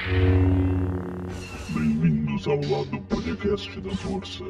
Bem-vindos ao lado podcast da Força.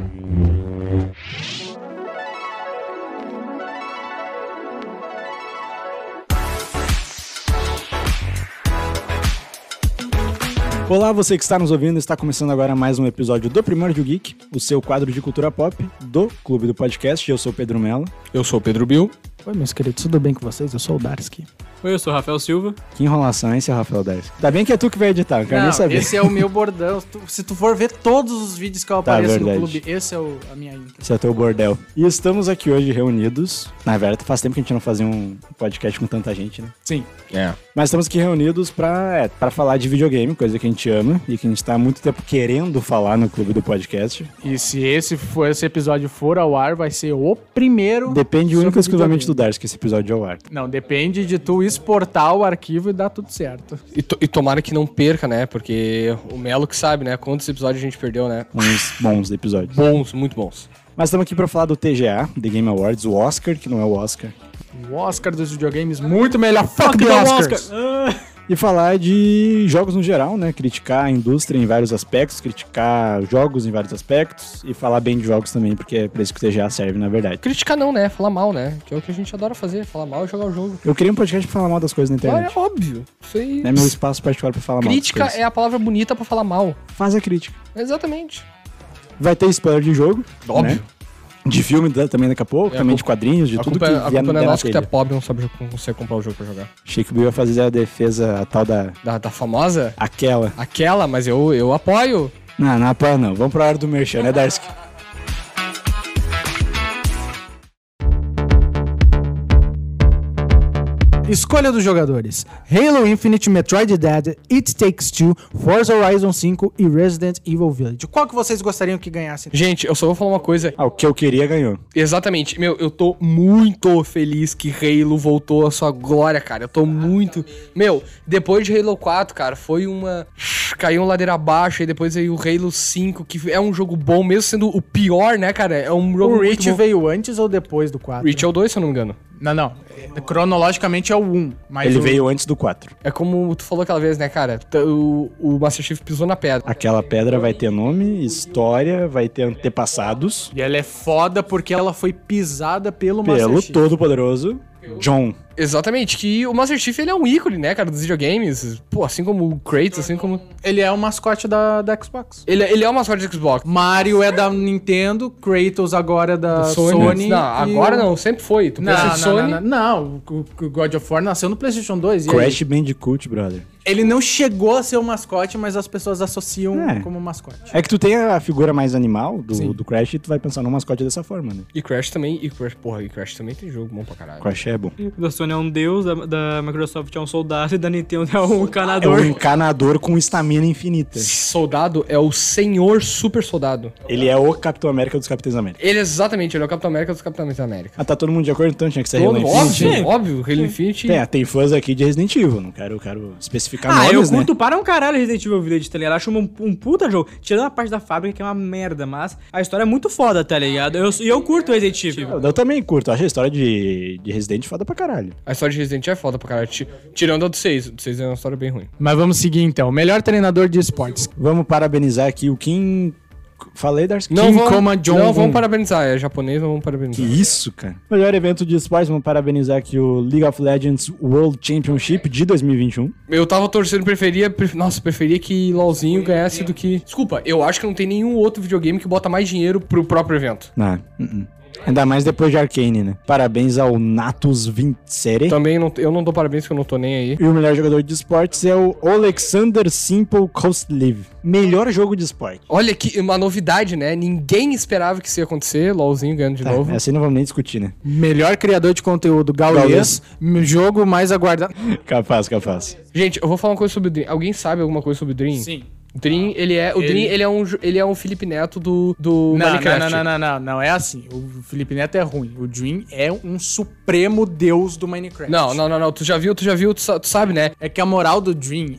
Olá, você que está nos ouvindo, está começando agora mais um episódio do Primórdio Geek, o seu quadro de cultura pop do Clube do Podcast. Eu sou o Pedro Mello. Eu sou o Pedro Bill. Oi, meus queridos, tudo bem com vocês? Eu sou o Darsky. Oi, eu sou o Rafael Silva. Que enrolação, esse é o Rafael Darsky. Tá bem que é tu que vai editar, não quero nem saber. Esse é o meu bordão. Se tu for ver todos os vídeos que eu apareço no clube, esse é a minha intro. Esse é teu bordel. E estamos aqui hoje reunidos. Na verdade, faz tempo que a gente não fazia um podcast com tanta gente, né? Sim. Mas estamos aqui reunidos pra falar de videogame, coisa que a gente ama e que a gente tá há muito tempo querendo falar no Clube do Podcast. E se esse episódio for ao ar, vai ser o primeiro. Depende única e exclusivamente do Darsky esse episódio ao ar. Não, depende de tu exportar o arquivo e dar tudo certo. E tomara que não perca, né? Porque o Melo que sabe, né? Quantos episódios a gente perdeu, né? Uns bons episódios. Bons, muito bons. Mas estamos aqui pra falar do TGA, The Game Awards, o Oscar, que não é o Oscar. O Oscar dos videogames, muito melhor. Fuck the Oscars! E falar de jogos no geral, né? Criticar a indústria em vários aspectos, criticar jogos em vários aspectos e falar bem de jogos também, porque é pra isso que o TGA serve, na verdade. Criticar não, né? Falar mal, né? Que é o que a gente adora fazer, falar mal e jogar o jogo. Eu queria um podcast pra falar mal das coisas na internet. É óbvio. Isso aí... É meu espaço particular pra falar mal das Crítica coisas. é a palavra bonita pra falar mal. Faz a crítica. Exatamente. Vai ter spoiler de jogo. Óbvio. Né? De filme também daqui a pouco, também de quadrinhos, de tudo que a vier culpa não é na nossa que tu é telha. pobre e não sabe consegue comprar o jogo pra jogar. Achei que o Bill ia fazer a defesa, a tal da... Da famosa? Aquela. Aquela, mas eu apoio. Não apoia não. Vamos pra hora do merchan, né, Darsky? Escolha dos jogadores: Halo Infinite, Metroid Dread, It Takes Two, Forza Horizon 5 e Resident Evil Village. Qual que vocês gostariam que ganhasse? Gente, eu só vou falar uma coisa. O que eu queria ganhou. Exatamente. Meu, eu tô muito feliz que Halo voltou à sua glória, cara. Eu tô muito... Meu, depois de Halo 4, cara, foi uma... Caiu uma ladeira abaixo, e depois veio o Halo 5, que é um jogo bom, mesmo sendo o pior, né, cara? É um jogo O muito Reach bom. veio antes ou depois do 4? Reach é o 2, se eu não me engano. Não. Cronologicamente é o 1. Mas Ele veio antes do 4. É como tu falou aquela vez, né, cara? O Master Chief pisou na pedra. Aquela pedra vai ter nome, história, vai ter antepassados. E ela é foda porque ela foi pisada pelo Master Pelo Chief. todo-poderoso John. Exatamente, que o Master Chief, ele é um ícone, né, cara, dos videogames. Pô, assim como o Kratos, assim como... Ele é o mascote da Xbox. Ele é o mascote do Xbox. Mario é da Nintendo, Kratos agora é da Sony. Não, agora não, sempre foi. Tu pensa em Sony... Não, o God of War nasceu no PlayStation 2. Crash Bandicoot, brother. Ele não chegou a ser o mascote, mas as pessoas associam É. como mascote. É que tu tem a figura mais animal Sim. do Crash e tu vai pensar no mascote dessa forma, né? E Crash também, e Crash também tem jogo bom pra caralho. Crash é bom. Da Sony é um deus, da Microsoft é um soldado e da Nintendo é um É encanador. um encanador com estamina infinita. Soldado é o senhor super soldado. Ele é o Capitão América dos Capitães América. Ele é o Capitão América dos Capitães América. Ah, tá todo mundo de acordo? Então tinha que ser Halo Todo, Infinite. óbvio, Halo Infinite. Tem fãs aqui de Resident Evil, não quero especificar Ah, eu nomes, né? curto para um caralho Resident Evil Village, tá ligado? Acho um puta jogo. Tirando a parte da fábrica, que é uma merda, mas a história é muito foda, tá ligado? E eu curto Resident Evil. Eu também curto, acho a história de Resident foda pra caralho. A história de Resident é foda pra caralho. Tirando a do 6. O do 6 é uma história bem ruim. Mas vamos seguir então. Melhor treinador de esportes. Vamos parabenizar aqui o Kim... Falei, Darcy? Não Jong-un. vamos parabenizar. É japonês, não vamos Que parabenizar. isso, cara. Melhor evento de esportes, vamos parabenizar aqui o League of Legends World Championship de 2021. Eu tava torcendo, preferia que LoLzinho ganhasse do que... Desculpa, eu acho que não tem nenhum outro videogame que bota mais dinheiro pro próprio evento. Não, Ainda mais depois de Arcane, né? Parabéns ao Natus Vincere. Também eu não dou parabéns porque eu não tô nem aí. E o melhor jogador de esportes é o Alexander Simple Kostliv. Melhor jogo de esporte. Olha que uma novidade, né? Ninguém esperava que isso ia acontecer. LoLzinho ganhando de novo. Essa aí não vamos nem discutir, né? Melhor criador de conteúdo, Gaules. Jogo mais aguardado. Capaz. Gente, eu vou falar uma coisa sobre o Dream. Alguém sabe alguma coisa sobre o Dream? Sim. Dream, ele é um Felipe Neto do Minecraft. Não, é assim. O Felipe Neto é ruim. O Dream é um supremo deus do Minecraft. Não. Tu já viu, tu sabe, né? É que a moral do Dream,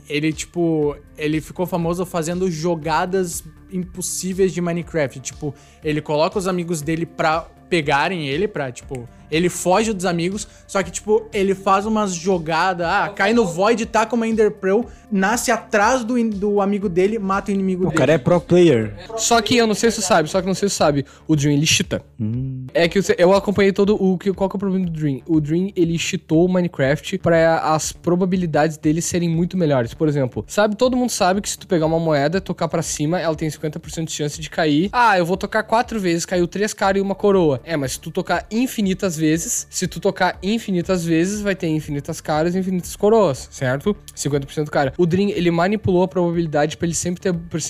ele ficou famoso fazendo jogadas impossíveis de Minecraft. Tipo, ele coloca os amigos dele pra pegarem ele pra, tipo... Ele foge dos amigos, só que, tipo, ele faz umas jogadas, cai no Void, taca uma Ender Pearl, nasce atrás do amigo dele, mata o inimigo dele. O cara é pro player. Só que eu não sei se você sabe, o Dream, ele cheata. É que eu acompanhei todo qual que é o problema do Dream? O Dream, ele cheatou o Minecraft pra as probabilidades dele serem muito melhores. Por exemplo, todo mundo sabe que se tu pegar uma moeda, tocar pra cima, ela tem 50% de chance de cair. Eu vou tocar 4 vezes, caiu 3 caras e uma coroa. Mas se tu tocar infinitas vezes, vai ter infinitas caras e infinitas coroas, certo? 50% do cara. O Dream, ele manipulou a probabilidade pra ele sempre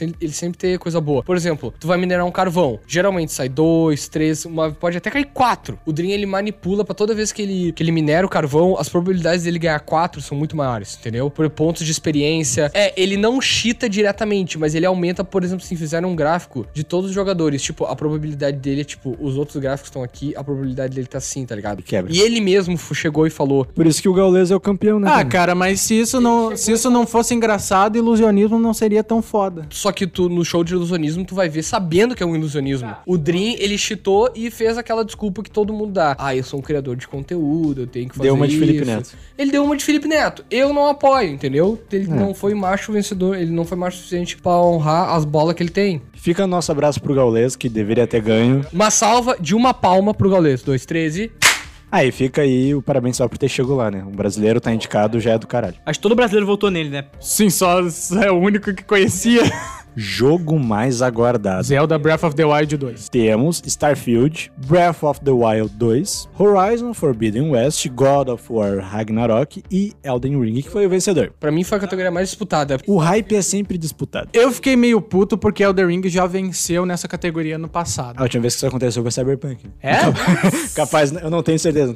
ter coisa boa. Por exemplo, tu vai minerar um carvão. Geralmente sai 2, 3, pode até cair 4. O Dream, ele manipula pra toda vez que ele minera o carvão, as probabilidades dele ganhar 4 são muito maiores, entendeu? Por pontos de experiência. Ele não cheata diretamente, mas ele aumenta, por exemplo, se fizeram um gráfico de todos os jogadores, tipo, a probabilidade dele é, tipo, os outros gráficos estão aqui, a probabilidade dele tá assim, tá ligado? Quebra. E ele mesmo chegou e falou... Por isso que o Gaules é o campeão, né? Cara, mas se isso não fosse engraçado, ilusionismo não seria tão foda. Só que tu, no show de ilusionismo, tu vai ver sabendo que é um ilusionismo. O Dream, ele cheatou e fez aquela desculpa que todo mundo dá. Eu sou um criador de conteúdo, eu tenho que fazer Deu uma isso. de Felipe Neto. Ele deu uma de Felipe Neto. Eu não apoio, entendeu? Ele não foi macho vencedor, ele não foi macho suficiente pra honrar as bolas que ele tem. Fica nosso abraço pro Gaules, que deveria ter ganho. Uma salva de uma palma pro Gaules. 2, 13... Aí fica aí o parabéns só por ter chegado lá, né? Um brasileiro tá indicado, já é do caralho. Acho que todo brasileiro votou nele, né? Sim, só é o único que conhecia. Jogo mais aguardado. Zelda Breath of the Wild 2. Temos Starfield, Breath of the Wild 2, Horizon Forbidden West, God of War Ragnarok e Elden Ring, que foi o vencedor. Pra mim foi a categoria mais disputada. O hype é sempre disputado. Eu fiquei meio puto porque Elden Ring já venceu nessa categoria no passado. A última vez que isso aconteceu foi Cyberpunk. É? Capaz, eu não tenho certeza.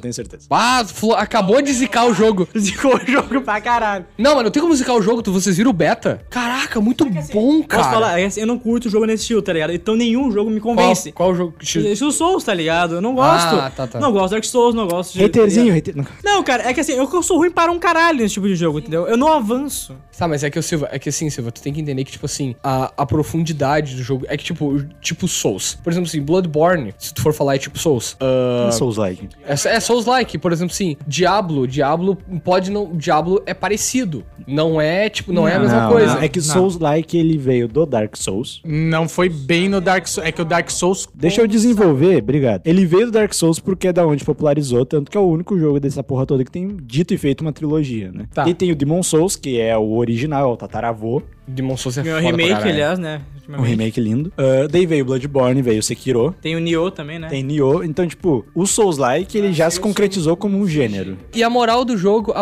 Acabou de zicar o jogo. Zicou o jogo pra caralho. Não, mas não tem como zicar o jogo, vocês viram o beta? Caraca, muito bom, cara. Posso falar? Eu não curto jogo nesse estilo, tá ligado? Então nenhum jogo me convence. Qual jogo? Isso Souls, tá ligado? Eu não gosto. Tá. Não gosto de Dark Souls, não gosto de... Haterzinho, Não, cara, é que assim, eu sou ruim para um caralho nesse tipo de jogo, entendeu? Eu não avanço. Tá, mas Silva, tu tem que entender que, tipo assim, a profundidade do jogo é que, tipo Souls. Por exemplo, assim, Bloodborne, se tu for falar, é tipo Souls. Souls-like. É Souls-like, por exemplo, assim, Diablo pode não... Diablo é parecido. Não é, não é a mesma coisa. É que Souls-like, ele veio do Dark Souls. Não foi bem no Dark Souls. É que o Dark Souls... Deixa eu desenvolver, obrigado. Ele veio do Dark Souls porque é da onde popularizou, tanto que é o único jogo dessa porra toda que tem dito e feito uma trilogia, né? Tá. E tem o Demon Souls, que é o original, é o tataravô. Demon Souls é Meu foda remake, pra caralho. aliás, né? Um remake lindo. Daí veio Bloodborne, veio Sekiro. Tem o Nioh também, né? Tem Nioh. Então, tipo, o Souls-like, ele já se concretizou como um gênero. E a moral do jogo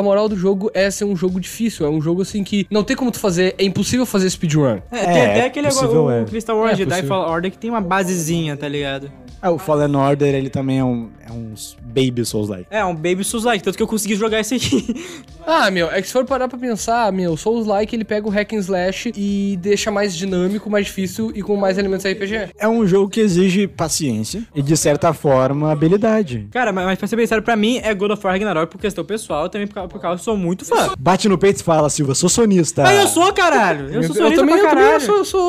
é ser um jogo difícil. É um jogo, assim, que não tem como tu fazer... É impossível fazer speedrun. Tem até aquele possível, o Crystal Wars Jedi possível. Fallen Order que tem uma basezinha, tá ligado? O Fallen Order, ele também é um baby Souls-like. É, um Baby Souls-like, tanto que eu consegui jogar esse aqui. É que se for parar pra pensar, Souls-like, ele pega o hack and slash e deixa mais dinâmico, mais difícil e com mais elementos RPG. É um jogo que exige paciência e, de certa forma, habilidade. Cara, mas pra ser bem sério, pra mim é God of War Ragnarok por questão pessoal, também por causa que eu sou muito fã. Bate no peito e fala, Silva, sou sonista. Eu sou, caralho! Eu sou sonista pra caralho.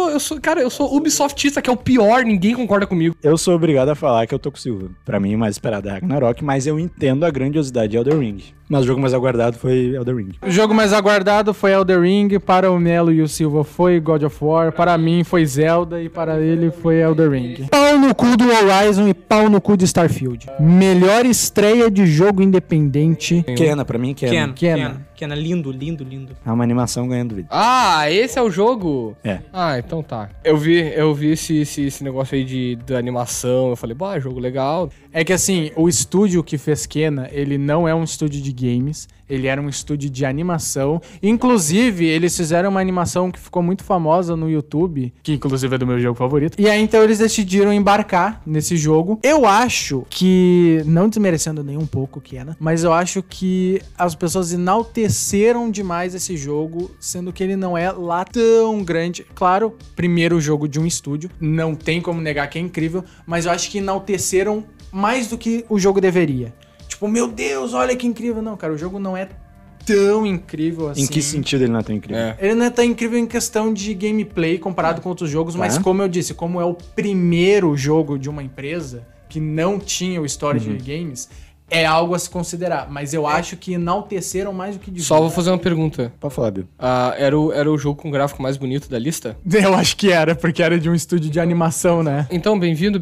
Eu sou Ubisoftista, que é o pior, ninguém concorda comigo. Eu sou obrigado a falar que eu tô com o Silva. Pra mim, o mais esperado é Ragnarok, mas eu entendo a grandiosidade de Elden Ring. Mas o jogo mais aguardado foi Elden Ring. O jogo mais aguardado foi Elden Ring, para o Melo e o Silva foi God of War, para mim foi Zelda e para ele foi Elden Ring. Pau no cu do Horizon e pau no cu de Starfield. Melhor estreia de jogo independente. Kena, pra mim, Kena. Kena, lindo. É uma animação ganhando vídeo. Esse é o jogo? É. Então tá. Eu vi esse negócio aí da animação, eu falei, jogo legal. É que assim, o estúdio que fez Kena, ele não é um estúdio de games, ele era um estúdio de animação. Inclusive, eles fizeram uma animação que ficou muito famosa no YouTube, que inclusive é do meu jogo favorito. E aí, então, eles decidiram embarcar nesse jogo. Eu acho que, não desmerecendo nem um pouco Kena, mas eu acho que as pessoas enalteceram demais esse jogo, sendo que ele não é lá tão grande. Claro, primeiro jogo de um estúdio, não tem como negar que é incrível, mas eu acho que enalteceram mais do que o jogo deveria. Tipo, meu Deus, olha que incrível. Não, cara, o jogo não é tão incrível assim. Em que sentido ele não é tão incrível? Ele não é tão incrível em questão de gameplay comparado com outros jogos, mas como eu disse, como é o primeiro jogo de uma empresa que não tinha o storage de games, é algo a se considerar. Mas eu acho que enalteceram mais do que Só vou fazer uma pergunta. Pode falar, Bill. Era o jogo com o gráfico mais bonito da lista? Eu acho que era, porque era de um estúdio de animação, né? Então, bem-vindo,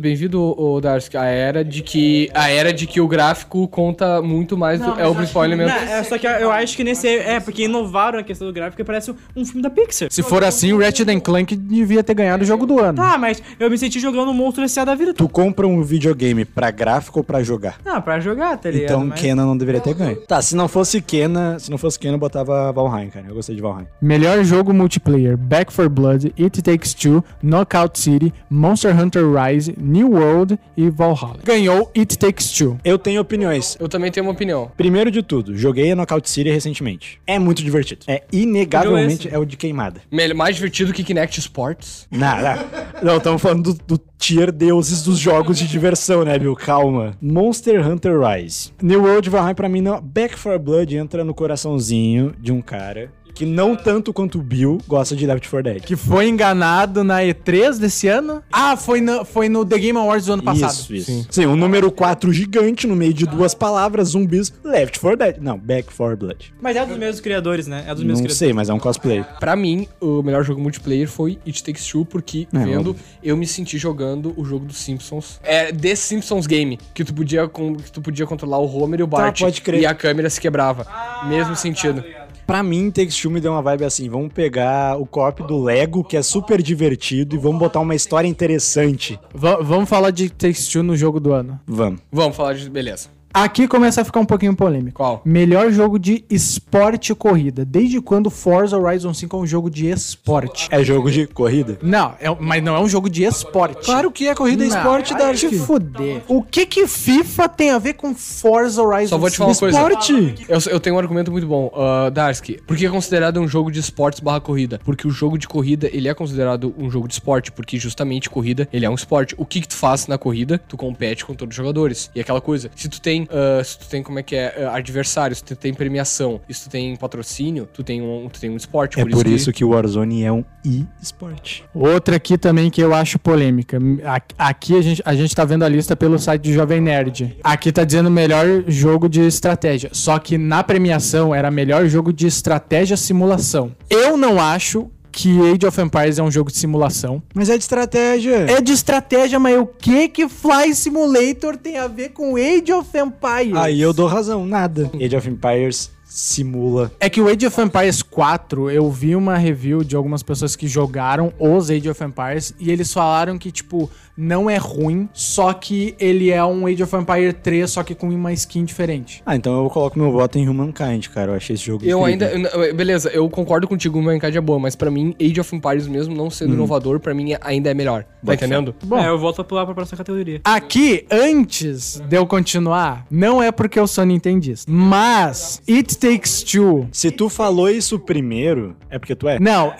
o Darcy. A era de que o gráfico conta muito mais é o principal elemento. Só que eu acho que nesse... porque inovaram a questão do gráfico e parece um filme da Pixar. Se for assim, o Ratchet & Clank devia ter ganhado o jogo do ano. Tá, mas eu me senti jogando um Monstro S.A. da vida. Tu compra um videogame pra gráfico ou pra jogar? Não, pra jogar, tá ligado? Então Mas- Kena não deveria ter ganho. Tá, se não fosse Kena, eu botava Valheim, cara. Eu gostei de Valheim. Melhor jogo multiplayer: Back 4 Blood, It Takes Two, Knockout City, Monster Hunter Rise, New World e Valhalla. Ganhou It Takes Two. Eu tenho opiniões. Eu também tenho uma opinião. Primeiro de tudo, joguei a Knockout City recentemente. É muito divertido. É inegavelmente o de queimada. Mais divertido que Kinect Sports. Não, estamos falando do tier deuses dos jogos de diversão, né, Bill? Calma. Monster Hunter Rise. New World e Valheim pra mim não. Back 4 Blood entra no coraçãozinho de um cara que não tanto quanto o Bill gosta de Left 4 Dead. Que foi enganado na E3 desse ano? Ah, foi no The Game Awards do ano passado. Isso. Sim, um número 4 gigante no meio de duas palavras, zumbis, Left 4 Dead. Não, Back 4 Blood. Mas é dos mesmos criadores, né? É dos mesmos Não criadores. sei, mas é um cosplay. Pra mim, o melhor jogo multiplayer foi It Takes Two, porque eu me senti jogando o jogo dos Simpsons. É The Simpsons Game, que tu podia controlar o Homer e o Bart. pode crer. E a câmera se quebrava. Mesmo sentido. Pra mim, Takes Two me deu uma vibe assim, vamos pegar o co-op do Lego, que é super divertido, e vamos botar uma história interessante. Vamos falar de Takes Two no jogo do ano. Vamos. Vamos falar de... Beleza. Aqui começa a ficar um pouquinho polêmico. Qual? Melhor jogo de esporte e corrida. Desde quando Forza Horizon 5 é um jogo de esporte? É jogo de corrida? Não, mas não é um jogo de esporte. Claro que é corrida e esporte, Vai Darcy. te fuder. O que FIFA tem a ver com Forza Horizon 5? Só vou te falar uma coisa. Esporte! Eu tenho um argumento muito bom. Darsky, por que é considerado um jogo de esportes / corrida? Porque o jogo de corrida, ele é considerado um jogo de esporte, porque justamente corrida, ele é um esporte. O que tu faz na corrida? Tu compete com todos os jogadores. E aquela coisa, se tu tem como é que é, adversários, se tu tem premiação, se tu tem patrocínio, tu tem um esporte. É por isso que o Warzone é um e-sport. Outra aqui também que eu acho polêmica. Aqui a gente tá vendo a lista pelo site do Jovem Nerd. Aqui tá dizendo melhor jogo de estratégia. Só que na premiação era melhor jogo de estratégia simulação. Eu não acho que Age of Empires é um jogo de simulação. Mas é de estratégia. É de estratégia, mas o que Fly Simulator tem a ver com Age of Empires? Aí eu dou razão, nada. Age of Empires simula. É que o Age of Empires 4, eu vi uma review de algumas pessoas que jogaram os Age of Empires e eles falaram que, tipo, não é ruim, só que ele é um Age of Empires 3, só que com uma skin diferente. Então eu coloco meu voto em Humankind, cara. Eu achei esse jogo incrível. Beleza, eu concordo contigo, o Mankind é boa, mas pra mim, Age of Empires mesmo, não sendo inovador, pra mim ainda é melhor. Tá entendendo? Bom, eu volto a pular pra próxima categoria. aqui, antes de eu continuar, não é porque eu sou nintendista, mas It Takes Two... Se tu falou isso primeiro, é porque tu é. Não.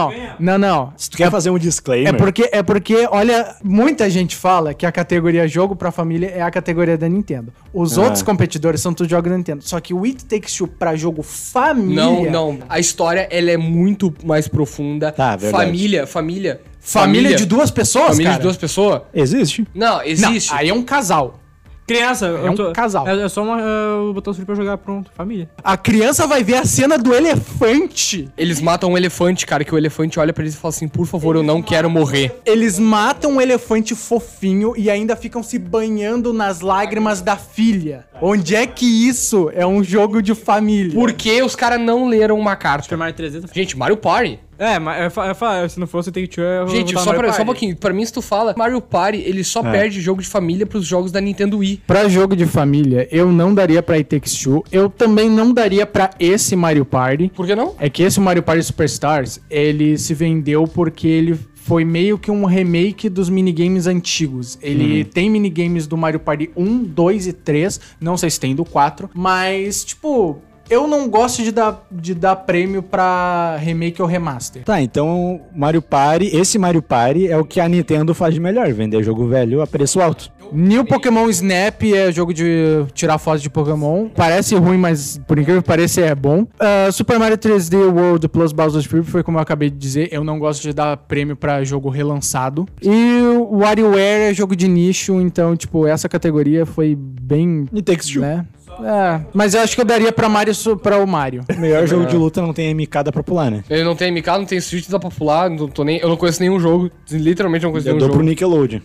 Se tu quer fazer um disclaimer... É porque, olha, muita gente fala que a categoria jogo pra família é a categoria da Nintendo. Os outros competidores são tudo jogos da Nintendo. Só que o It Takes Two pra jogo família... Não. A história, ela é muito mais profunda. Tá, verdade. Família de duas pessoas, Família cara? de duas pessoas? Existe. Não, existe. Não, aí é um casal. Criança, um casal. É só botar o filho pra jogar, pronto, família. A criança vai ver a cena do elefante. Eles matam um elefante, cara, que o elefante olha pra eles e fala assim, por favor, eu não quero morrer. Eles matam um elefante fofinho e ainda ficam se banhando nas lágrimas da filha. Onde é que isso é um jogo de família? Porque os caras não leram uma carta. Super Mario 3D. Gente, Mario Party. Mas eu falo, se não fosse o Take-Two, eu Gente, vou só um pouquinho. Pra mim, se tu fala Mario Party, ele só perde jogo de família pros jogos da Nintendo Wii. Pra jogo de família, eu não daria pra It Takes Two. Eu também não daria pra esse Mario Party. Por que não? É que esse Mario Party Superstars, ele se vendeu porque ele foi meio que um remake dos minigames antigos. Ele tem minigames do Mario Party 1, 2 e 3. Não sei se tem do 4. Mas, tipo... Eu não gosto de dar prêmio pra remake ou remaster. Tá, então esse Mario Party é o que a Nintendo faz de melhor, vender jogo velho a preço alto. New Pokémon Snap é jogo de tirar foto de Pokémon. Parece ruim, mas por incrível que pareça é bom. Super Mario 3D World plus Bowser's Fury foi como eu acabei de dizer. Eu não gosto de dar prêmio pra jogo relançado. E o WarioWare é jogo de nicho, então, tipo, essa categoria foi bem... E Takes Two. Né? Mas eu acho que eu daria pra o Mario. O melhor jogo de luta não tem MK, dá pra pular, né? Ele não tem MK, não tem Street, dá pra pular. Eu não conheço nenhum jogo. Literalmente não conheço Eu nenhum dou jogo. pro Nickelodeon.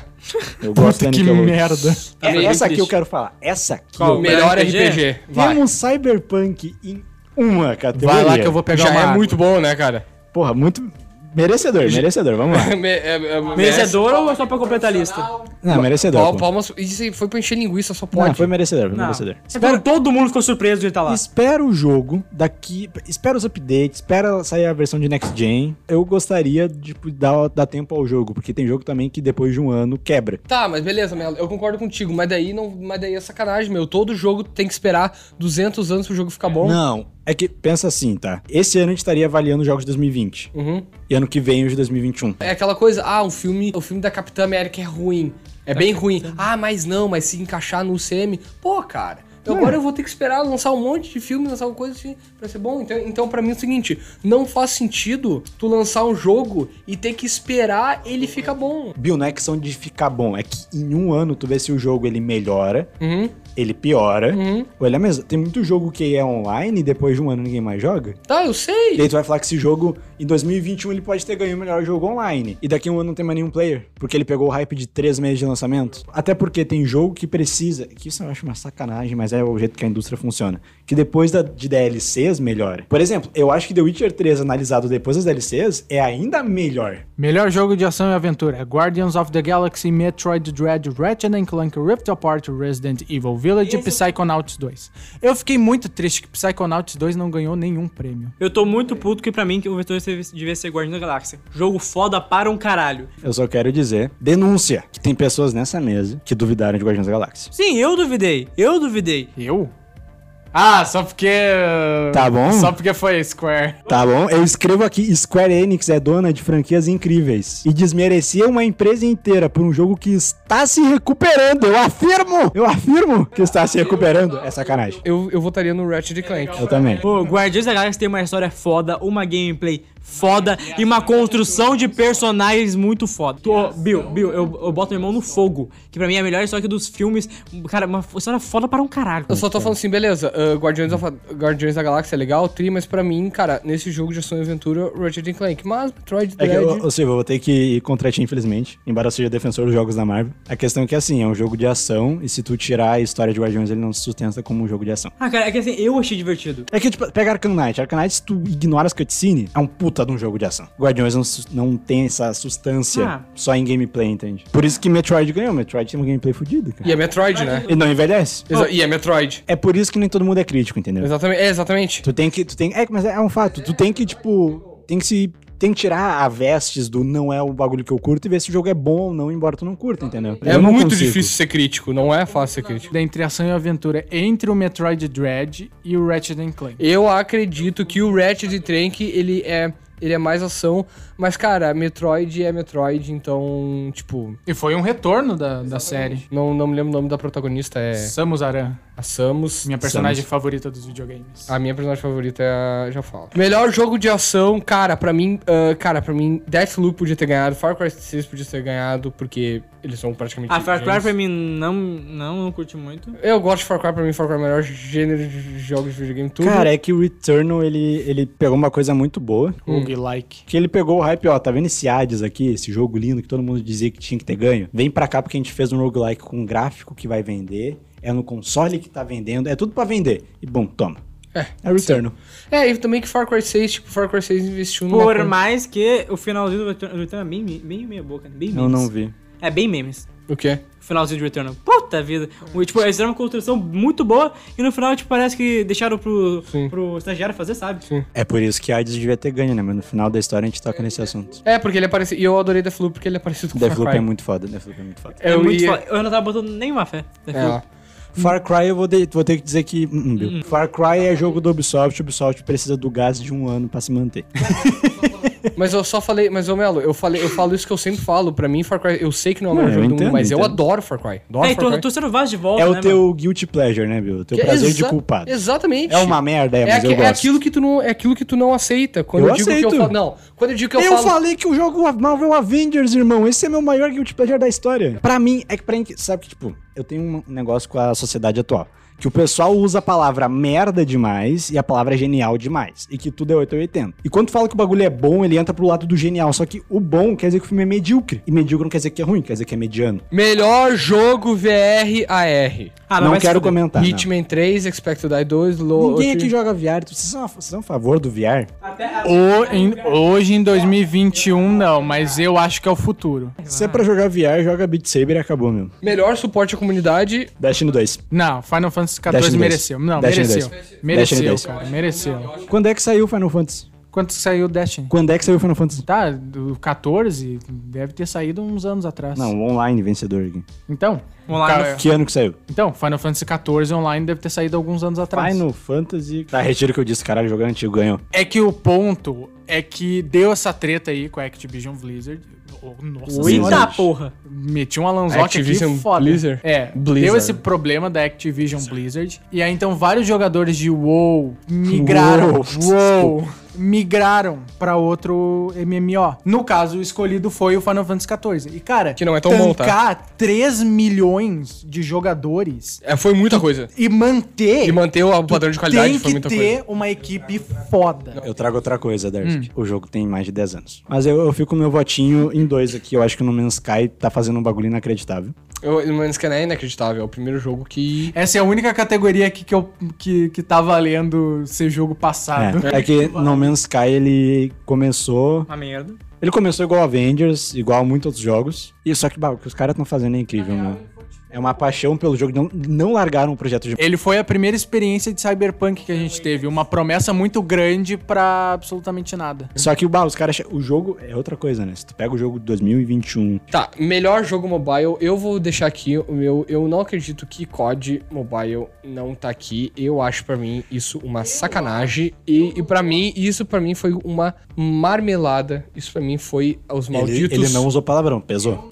Eu gosto Puta da que Nickelodeon. merda. Essa aqui eu quero falar. Essa aqui, Qual? ó. Melhor RPG? RPG. Vai. Temos Cyberpunk em uma categoria. Vai lá que eu vou pegar Já uma é água. muito bom, né, cara? Porra, muito... Merecedor, vamos lá. Merecedor ou é só pra completar a lista? Não, merecedor, pô. Palmas. Isso aí foi pra encher linguiça, só Não, pode. foi merecedor, foi Não. merecedor. Todo mundo ficou surpreso de estar lá. Espera o jogo daqui, espera os updates, espera sair a versão de Next Gen. Eu gostaria de dar tempo ao jogo, porque tem jogo também que depois de um ano quebra. Tá, mas beleza, Melo, eu concordo contigo, mas daí é sacanagem, meu. Todo jogo tem que esperar 200 anos pro jogo ficar bom. Não, é que pensa assim, tá? Esse ano a gente estaria avaliando os jogos de 2020. Uhum. E ano que vem os de 2021. É aquela coisa, o filme da Capitã América é ruim. É bem ruim. Mas se encaixar no UCM, pô, cara. Agora eu vou ter que esperar lançar um monte de filme, lançar uma coisa assim pra ser bom. Então pra mim é o seguinte, não faz sentido tu lançar um jogo e ter que esperar ele ficar bom. Bill, não é questão de ficar bom, é que em um ano tu vê se o jogo ele melhora, Uhum. ele piora, ou ele é mesmo. Tem muito jogo que é online e depois de um ano ninguém mais joga. Tá, eu sei. E aí tu vai falar que esse jogo, em 2021, ele pode ter ganho o melhor jogo online. E daqui a um ano não tem mais nenhum player. Porque ele pegou o hype de 3 meses de lançamento. Até porque tem jogo que precisa... Que isso eu acho uma sacanagem, mas é o jeito que a indústria funciona. Que depois de DLCs, melhora. Por exemplo, eu acho que The Witcher 3, analisado depois das DLCs, é ainda melhor. Melhor jogo de ação e aventura: Guardians of the Galaxy, Metroid Dread, Ratchet & Clank Rift Apart, Resident Evil Village e Psychonauts 2. Eu fiquei muito triste que Psychonauts 2 não ganhou nenhum prêmio. Eu tô muito puto que pra mim que o vetor devia ser Guardião da Galáxia. Jogo foda para um caralho. Eu só quero dizer, denúncia, que tem pessoas nessa mesa que duvidaram de Guardiões da Galáxia. Sim, eu duvidei. Eu? Só porque... Tá bom. Só porque foi Square. Tá bom? Eu escrevo aqui, Square Enix é dona de franquias incríveis. E desmerecia uma empresa inteira por um jogo que está se recuperando. Eu afirmo que está se recuperando. É sacanagem. Eu votaria no Ratchet & Clank. Eu também. Pô, Guardiões da Galáxia tem uma história foda, uma gameplay foda e uma construção de personagens muito foda. Bill, eu boto minha mão no fogo, que pra mim é a melhor história dos filmes. Cara, uma história foda para um caralho. Eu só tô falando assim, beleza, Guardiões da Galáxia é legal, mas pra mim, cara, nesse jogo de ação e aventura, Ratchet & Clank, mas Metroid É que Dread... Silva, eu vou ter que ir contra ti, infelizmente. Embora eu seja defensor dos jogos da Marvel. A questão é que, assim, é um jogo de ação. E se tu tirar a história de Guardiões, ele não se sustenta como um jogo de ação. Cara, é que assim, eu achei divertido. É que, tipo, pega Arkham Knight. Arkham Knight, se tu ignora as cutscenes, é um puta de um jogo de ação. Guardiões não tem essa sustância só em gameplay, entende? Por isso que Metroid ganhou. Metroid tem uma gameplay fodida, cara. E é Metroid, né? E não envelhece. E é Metroid. É por isso que nem todo mundo é crítico, entendeu? Exatamente. Mas é um fato. Tu tem que, tipo... Tem que tirar a vestes do não é o bagulho que eu curto e ver se o jogo é bom ou não, embora tu não curta, entendeu? É Eu não muito consigo. difícil ser crítico, não é fácil ser crítico. Entre ação e aventura, entre o Metroid Dread e o Ratchet & Clank. Eu acredito que o Ratchet & Clank, ele é mais ação, mas, cara, Metroid é Metroid, então, tipo... E foi um retorno da série. Não me lembro o nome da protagonista, é Samus Aran, a Samus. minha personagem favorita dos videogames. A minha personagem favorita é a... Já falo. Melhor jogo de ação, cara, pra mim, Deathloop podia ter ganhado, Far Cry 6 podia ter ganhado, porque eles são praticamente... Far Cry gêmeos. pra mim não curti muito. Eu gosto de Far Cry, pra mim Far Cry é o melhor gênero de jogos de videogame, tudo. Cara, é que o Returnal, ele pegou uma coisa muito boa. Roguelike. Que ele pegou o hype, ó, tá vendo esse Hades aqui, esse jogo lindo que todo mundo dizia que tinha que ter ganho? Vem pra cá porque a gente fez um roguelike com um gráfico que vai vender, é no console que tá vendendo, é tudo pra vender. E bom, toma. É o Returnal. E também que Far Cry 6, Far Cry 6 investiu numa... Por mais que o finalzinho do Returnal é bem meia boca, bem memes. Eu não vi. É bem memes. O quê? O finalzinho de Returnal. Puta vida. Tipo, eles fizeram uma construção muito boa e no final, tipo, parece que deixaram pro estagiário fazer, sabe? Sim. É por isso que Hades devia ter ganho, né? Mas no final da história a gente toca nesse assunto. Porque ele apareceu... E eu adorei Deathloop porque ele é parecido com Far Deathloop Cry. é muito foda, Deathloop é muito foda. É muito foda. Eu não tava botando nenhuma fé. Far Cry eu vou ter que dizer que... Bill. Far Cry é jogo do Ubisoft precisa do gás de um ano pra se manter. Mas eu só falei, mas ô Melo, eu falo isso que eu sempre falo. Pra mim, Far Cry, eu sei que não é o melhor Não, jogo eu do mundo, entendo, mas eu entendo. adoro Far Cry. Adoro É, Far Cry. tô sendo Vaz de volta, É né, o teu guilty pleasure, né, Bill? O teu Que prazer de exa- culpado. Exatamente. É uma merda, mas eu é gosto. aquilo que tu não aceita. Quando Eu eu digo que aceito. eu falo. Não, quando eu digo que eu Eu falo. falei que o jogo Marvel Avengers, irmão, esse é meu maior guilty pleasure da história. Pra mim, é que pra gente, sabe que, tipo, eu tenho um negócio com a sociedade atual. Que o pessoal usa a palavra merda demais e a palavra genial demais. E que tudo é 880. E quando fala que o bagulho é bom, ele entra pro lado do genial. Só que o bom quer dizer que o filme é medíocre. E medíocre não quer dizer que é ruim, quer dizer que é mediano. Melhor jogo VR AR. não vai se quero fuder. comentar. não. Hitman 3, Expected Die 2, Ninguém aqui joga VR. Vocês são a favor do VR? Hoje, em 2021, não, mas eu acho que é o futuro. Se é pra jogar VR, joga Beat Saber e acabou, meu. Melhor suporte à comunidade. Destiny 2. Não, Final Fantasy XIV Destiny 2. mereceu. Não, Destiny mereceu. 2. Destiny Mereceu, 2. cara, mereceu. Quando é que saiu o Final Fantasy? Quanto saiu Destiny? Quando é que saiu o Final Fantasy? Tá, do 14 deve ter saído uns anos atrás. Não, o online vencedor aqui. Então, Online. Que ano que saiu? então, Final Fantasy XIV online deve ter saído alguns anos atrás. Final Fantasy... Tá, retiro o que eu disse, caralho, jogo antigo ganhou. É que o ponto é que deu essa treta aí com a Activision Blizzard. Oh, nossa Wizard. Eita porra. Meti um Alanzoc Activision aqui foda. Blizzard? É, Blizzard. deu esse problema da Activision Blizzard. E aí, então, vários jogadores de WoW migraram. WoW. Migraram pra outro MMO. No caso, o escolhido foi o Final Fantasy XIV. E, cara, Que não é tão bom, tá? tancar 3 milhões de jogadores Foi muita coisa. e manter... E manter o padrão de qualidade tem foi que muita ter coisa. uma equipe foda. Eu trago outra coisa, Darcy. O jogo tem mais de 10 anos. Mas eu fico com meu votinho em 2 aqui. Eu acho que o No Man's Sky tá fazendo um bagulho inacreditável. O Man's Sky é inacreditável. É o primeiro jogo que. Essa é a única categoria aqui que tá valendo ser jogo passado. É que No Man's Sky, ele começou... Uma merda. Ele começou igual Avengers, igual muitos outros jogos. E só que o que os caras estão fazendo é incrível, meu. É uma paixão pelo jogo. Não largaram o projeto de... Ele foi a primeira experiência de Cyberpunk que a gente teve. Uma promessa muito grande pra absolutamente nada. Só que os caras... O jogo é outra coisa, né? Se tu pega o jogo de 2021... Tá, melhor jogo mobile, eu vou deixar aqui o meu. Eu não acredito que COD Mobile não tá aqui. Eu acho pra mim isso uma sacanagem. E pra mim, isso pra mim foi uma marmelada. Isso pra mim foi os malditos. Ele não usou palavrão, pesou.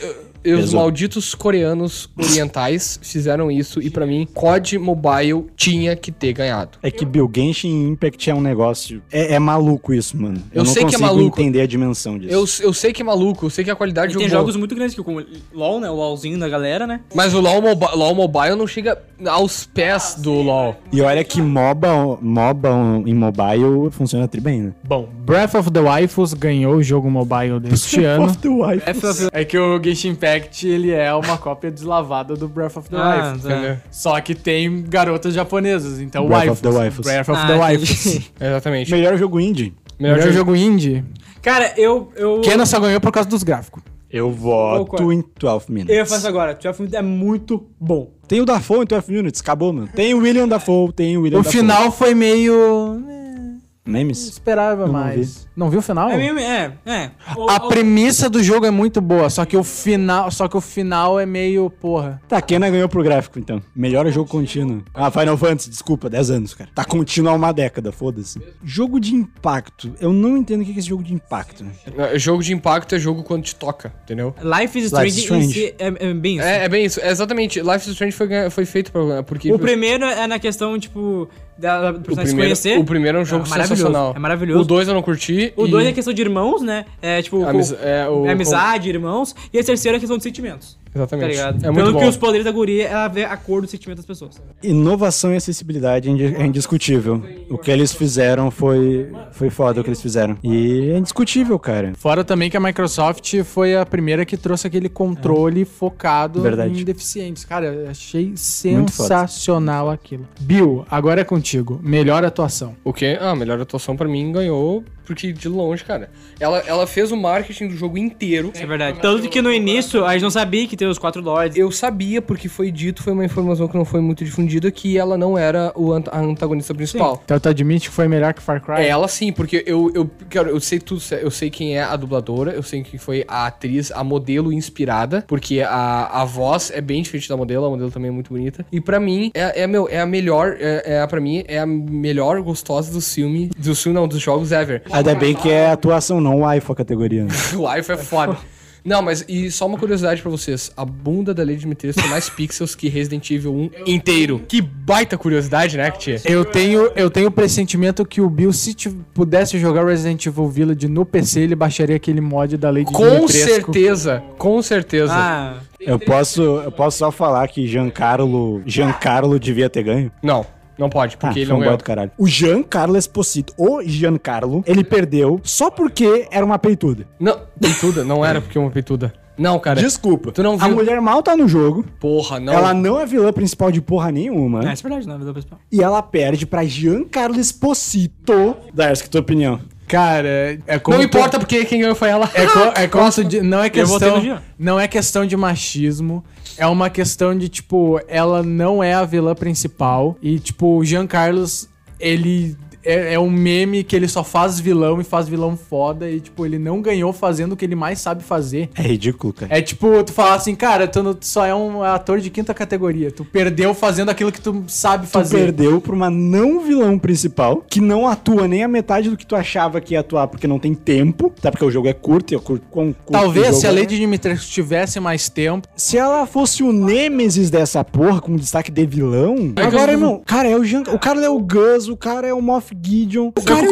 Os Pesou. malditos coreanos orientais fizeram isso e pra mim, COD Mobile tinha que ter ganhado. É que Bill, Genshin Impact é um negócio... É maluco isso, mano. Eu não sei que é consigo maluco. entender a dimensão disso. Eu sei que é maluco, eu sei que a qualidade E do tem jogo. jogos muito grandes, como LoL, né? O LoLzinho da galera, né? Mas o LoL Mobile não chega aos pés do LoL. E olha que MOBA em mobile funciona tri bem, né? Bom, Breath of the Waifus ganhou o jogo mobile deste ano. Of the Wife. É que o Genshin Impact, ele é uma cópia deslavada do Breath of the Waifus. Entendeu? Só que tem garotas japonesas, então Breath waifus. of the Waifus. Breath of the Waifus. entendi. Exatamente. Melhor jogo indie. Melhor jogo indie. Cara, eu... Kena só ganhou por causa dos gráficos. Eu voto Concordo. em 12 Minutes. Eu faço agora. 12 Minutes é muito bom. Tem o Dafoe em 12 Minutes, acabou, mano. Tem o William Dafoe, O final foi meio... Memes? Esperava não mais. Não viu o final? É mesmo, A premissa do jogo é muito boa, só que o final é meio porra. Tá, Kena ganhou pro gráfico, então. Melhor jogo contínuo. Ah, Final Fantasy, desculpa, 10 anos, cara. Tá contínuo há uma década, foda-se. Jogo de impacto. Eu não entendo o que é esse jogo de impacto. Jogo de impacto é jogo quando te toca, entendeu? Life is Life is Strange em Strange. si é bem isso. É bem isso. É exatamente. Life is Strange foi feito pra... Porque O primeiro é na questão, tipo, do personagem se conhecer. o primeiro é um jogo maravilhoso, sensacional. é maravilhoso. O 2 eu não curti. O 2 é questão de irmãos, né? É tipo. Amizade, irmãos. E a terceira é questão de sentimentos. Exatamente. Tá ligado? É muito Tanto bom. que os poderes da guria é ela ver a cor do sentimento das pessoas. Inovação e acessibilidade é indiscutível. O que eles fizeram foi foda o que eles fizeram. E é indiscutível, cara. Fora também que a Microsoft foi a primeira que trouxe aquele controle focado Verdade. em deficientes. Cara, eu achei Muito foda. sensacional aquilo. Bill, agora é contigo. Melhor atuação. O quê? A melhor atuação pra mim ganhou, porque de longe, cara. Ela fez o marketing do jogo inteiro. Isso é verdade. Tanto que no início a gente não sabia que tem os 4 lords. Eu sabia, porque foi dito, foi uma informação que não foi muito difundida, que ela não era a antagonista principal. Então tu admite que foi melhor que Far Cry? É ela sim, porque eu sei tudo, eu sei quem é a dubladora, eu sei quem foi a atriz, a modelo inspirada, porque a voz é bem diferente da modelo, a modelo também é muito bonita. E pra mim, pra mim, é a melhor gostosa dos jogos ever. Ainda bem que é atuação, não o iPhone a categoria. Né? O iPhone é foda. Não, mas e só uma curiosidade pra vocês. A bunda da Lady Dimitrescu tem mais pixels que Resident Evil 1 inteiro. Que baita curiosidade, né, Tia? Eu tenho o pressentimento que o Bill, se pudesse jogar Resident Evil Village no PC, ele baixaria aquele mod da Lady Com Dimitrescu. certeza, com certeza. Ah, Eu posso só falar que Giancarlo devia ter ganho? Não pode, porque ele foi não um ganhou. boy do caralho. O Giancarlo Esposito, ele perdeu só porque era uma peituda. Não, peituda, não era porque uma peituda. Não, cara. Desculpa. Tu não A viu? mulher mal tá no jogo. Porra, não. Ela não é vilã principal de porra nenhuma. é verdade, não é principal. E ela perde pra Giancarlo Esposito. Darsk, tua opinião? Cara, é como Não importa porque quem ganhou foi ela. como não é votei no questão, Jean. não é questão de machismo, é uma questão de tipo, ela não é a vilã principal e tipo, o Jean Carlos, ele é um meme que ele só faz vilão e faz vilão foda e tipo, ele não ganhou fazendo o que ele mais sabe fazer. É ridículo, cara. É tipo, tu falar assim, cara, tu só é um ator de quinta categoria. Tu perdeu fazendo aquilo que tu sabe Tu fazer. perdeu pra uma não vilão principal, que não atua nem a metade do que tu achava que ia atuar, porque não tem tempo, tá? Porque o jogo é curto, e eu curto quão curto o Talvez jogo se a é. Lady Dimitrescu tivesse mais tempo. Se ela fosse o Nêmesis dessa porra, com destaque de vilão... Agora, irmão, cara, é o cara é o Gus, o cara é o Moff Gideon, o cara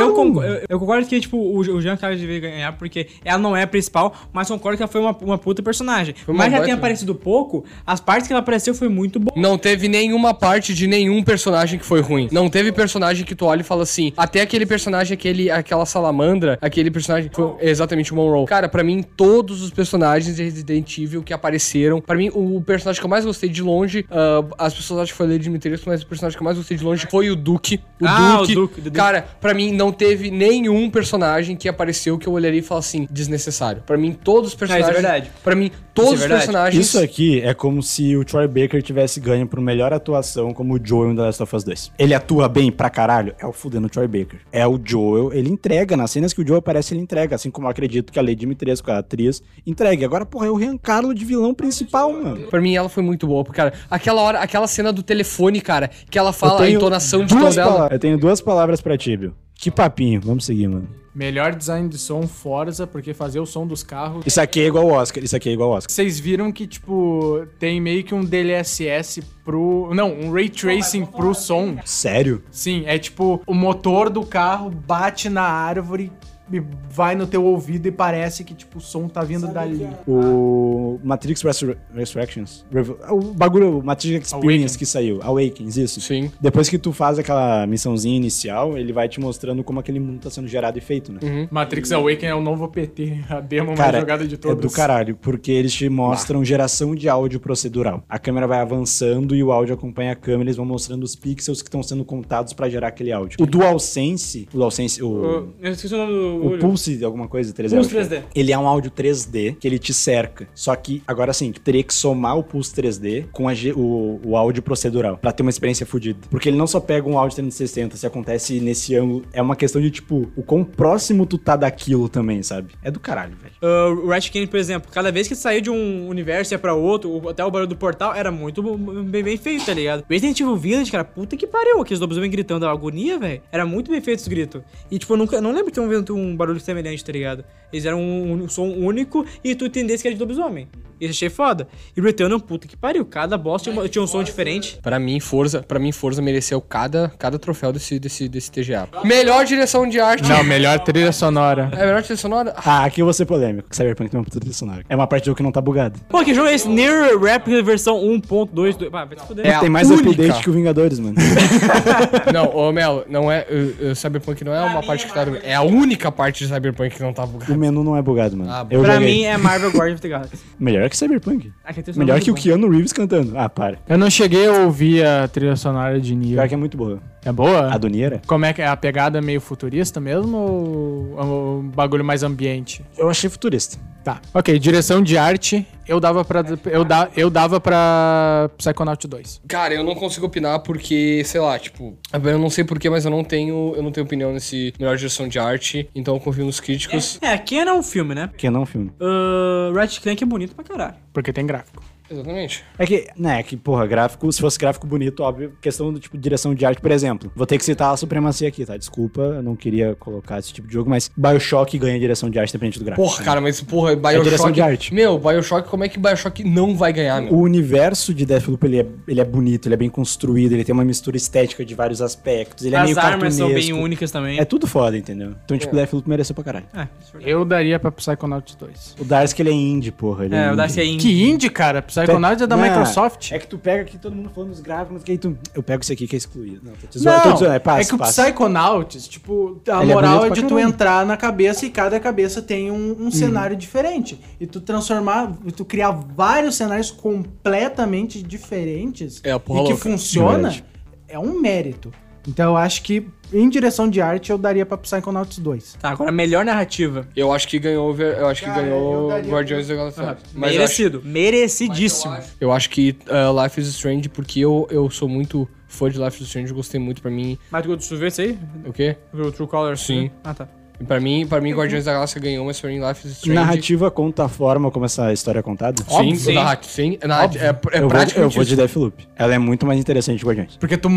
Eu concordo que, tipo, o Jean Carlos devia ganhar, porque ela não é a principal, mas concordo que ela foi uma puta personagem. uma Mas já baita- tem aparecido pouco, as partes que ela apareceu foi muito boa. Não teve nenhuma parte de nenhum personagem que foi ruim. Não teve personagem que tu olha e fala assim, até aquele personagem, aquela salamandra, aquele personagem que foi exatamente o Monroe. Cara, pra mim, todos os personagens de Resident Evil que apareceram, pra mim, o personagem que eu mais gostei de longe, as pessoas acham que foi Lady Dimitrescu, mas o personagem que eu mais gostei de longe foi o Duke. O Duke. Cara, pra mim, não teve nenhum personagem que apareceu que eu olharia e falaria assim, desnecessário. Pra mim, todos os personagens... isso é verdade. Pra mim, todos Isso é os verdade. personagens... Isso aqui é como se o Troy Baker tivesse ganho por melhor atuação como o Joel em The Last of Us 2. Ele atua bem pra caralho? É o fudendo Troy Baker. É o Joel, ele entrega. Nas cenas que o Joel aparece, ele entrega. Assim como eu acredito que a Lady Dimitrescu, a atriz, entregue. Agora, porra, é o Giancarlo de vilão principal, mano. Pra mim, ela foi muito boa, porque, cara, aquela cena do telefone, cara, que ela fala a entonação de tom dela. Eu tenho duas palavras pra ti, Bill. Que papinho. Vamos seguir, mano. Melhor design de som, Forza, porque fazer o som dos carros. Isso aqui é igual ao Oscar. Isso aqui é igual ao Oscar. Vocês viram que, tipo, tem meio que um DLSS pro... Não, um Ray Tracing pro som. Sério? Sim, é tipo, o motor do carro bate na árvore e vai no teu ouvido e parece que, tipo, o som tá vindo dali. O Matrix Resurrections. O bagulho, o Matrix Experience Awakens. que saiu. Awakens, isso. Sim. Depois que tu faz aquela missãozinha inicial, ele vai te mostrando como aquele mundo tá sendo gerado e feito, né? Matrix Awakening é o novo PT, a demo Cara, mais jogada de é todas. do caralho, porque eles te mostram geração de áudio procedural. A câmera vai avançando e o áudio acompanha a câmera, eles vão mostrando os pixels que estão sendo contados pra gerar aquele áudio. O DualSense, Eu esqueci o nome do... o Pulse, alguma coisa, 3D. Pulse 3D. Ele é um áudio 3D que ele te cerca. Só que, agora sim, tu teria que somar o Pulse 3D com o áudio procedural pra ter uma experiência fodida. Porque ele não só pega um áudio 360, se acontece nesse ângulo, é uma questão de, tipo, o quão próximo tu tá daquilo também, sabe? É do caralho, velho. O Ratchet Clank, por exemplo, cada vez que saiu de um universo e ia pra outro, até o barulho do portal, era muito bem feito, tá ligado? Resident Evil Village, cara, puta que pariu, aqueles lobisomens gritando, a agonia, velho, era muito bem feito os gritos. E, tipo, eu não lembro de ter um barulho semelhante, tá ligado? Eles eram um som único e tu entendesse que era de lobisomem. Isso achei foda. E Returnal, puta que pariu, cada boss tinha um som diferente. Pra mim, Forza mereceu cada troféu desse TGA. Melhor direção de arte. Não, melhor trilha sonora. É melhor trilha sonora? Ah, aqui eu vou ser polêmico. Cyberpunk não é uma puta trilha sonora. É uma parte do jogo que não tá bugada. Pô, que jogo é esse? Near Replica versão 1.2. Ah, vai se fuder. É a Tem mais única. update que o Vingadores, mano. Não, ô Mel, não é. Cyberpunk não é uma parte que tá. É a única parte de Cyberpunk que não tá O bugada. menu não é bugado, mano. Ah, Eu Pra joguei. mim é Marvel Guardians of the Galaxy. Melhor que Cyberpunk. Ah, que a trilha sonora Melhor é que o muito boa. Keanu Reeves cantando. Ah, para. Eu não cheguei a ouvir a trilha sonora de Pior Nier. que é muito boa. É boa? A do Nier é? Como é que é? A pegada meio futurista mesmo ou um bagulho mais ambiente? Eu achei futurista. Tá. Ok, direção de arte, eu dava pra Psychonaut 2. Cara, eu não consigo opinar porque, sei lá, tipo, eu não sei porquê, mas eu não tenho opinião nesse melhor direção de arte, então eu confio nos críticos. É, Ken é um filme, né? Que não é um filme. Ratchet Clank é bonito pra caralho. Porque tem gráfico. Exatamente. Porra, gráfico, se fosse gráfico bonito, óbvio, questão do tipo de direção de arte, por exemplo. Vou ter que citar a supremacia aqui, tá? Desculpa, eu não queria colocar esse tipo de jogo, mas BioShock ganha direção de arte dependente do gráfico. Porra, cara, mas porra, BioShock... direção de arte. Meu, BioShock, como é que BioShock não vai ganhar, meu? O universo de Deathloop, ele é bonito, ele é bem construído, ele tem uma mistura estética de vários aspectos, ele é As meio armas são bem cartunesco. únicas também. É tudo foda, entendeu? Então, tipo, Deathloop mereceu pra caralho. Eu daria pra Psychonauts 2. O Darcy, ele é indie, porra. Ele É, o indie. Darcy é indie. Que indie, cara? Psychonauts é da Não, Microsoft. É que tu pega aqui todo mundo falando dos gráficos, que aí tu... Eu pego esse aqui que é excluído. Não, tô te Não, zoando, é que o Psychonauts, tipo, a Ele é moral bonito é pra de tu caralho. entrar na cabeça e cada cabeça tem um cenário diferente. E tu tu criar vários cenários completamente diferentes É a porra e que louca. funciona, Verdade. é um mérito. Então eu acho que em direção de arte eu daria pra Psychonauts 2. Tá, agora melhor narrativa. Eu acho que ganhou, Cara, eu daria Guardiões da Galáxia. Mas Merecido. Merecidíssimo. eu acho que Life is Strange, porque eu sou muito fã de Life is Strange, eu gostei muito pra mim. Mas tu viu esse aí? O quê? Viu o True Colors? Sim. Ah, tá. E pra mim Guardiões da Galáxia ganhou, mas pra mim Life is Strange... Narrativa conta a forma como essa história é contada? Sim, Sim. sim. É eu praticamente vou de isso. Deathloop. Ela é muito mais interessante que Guardiões. Porque tu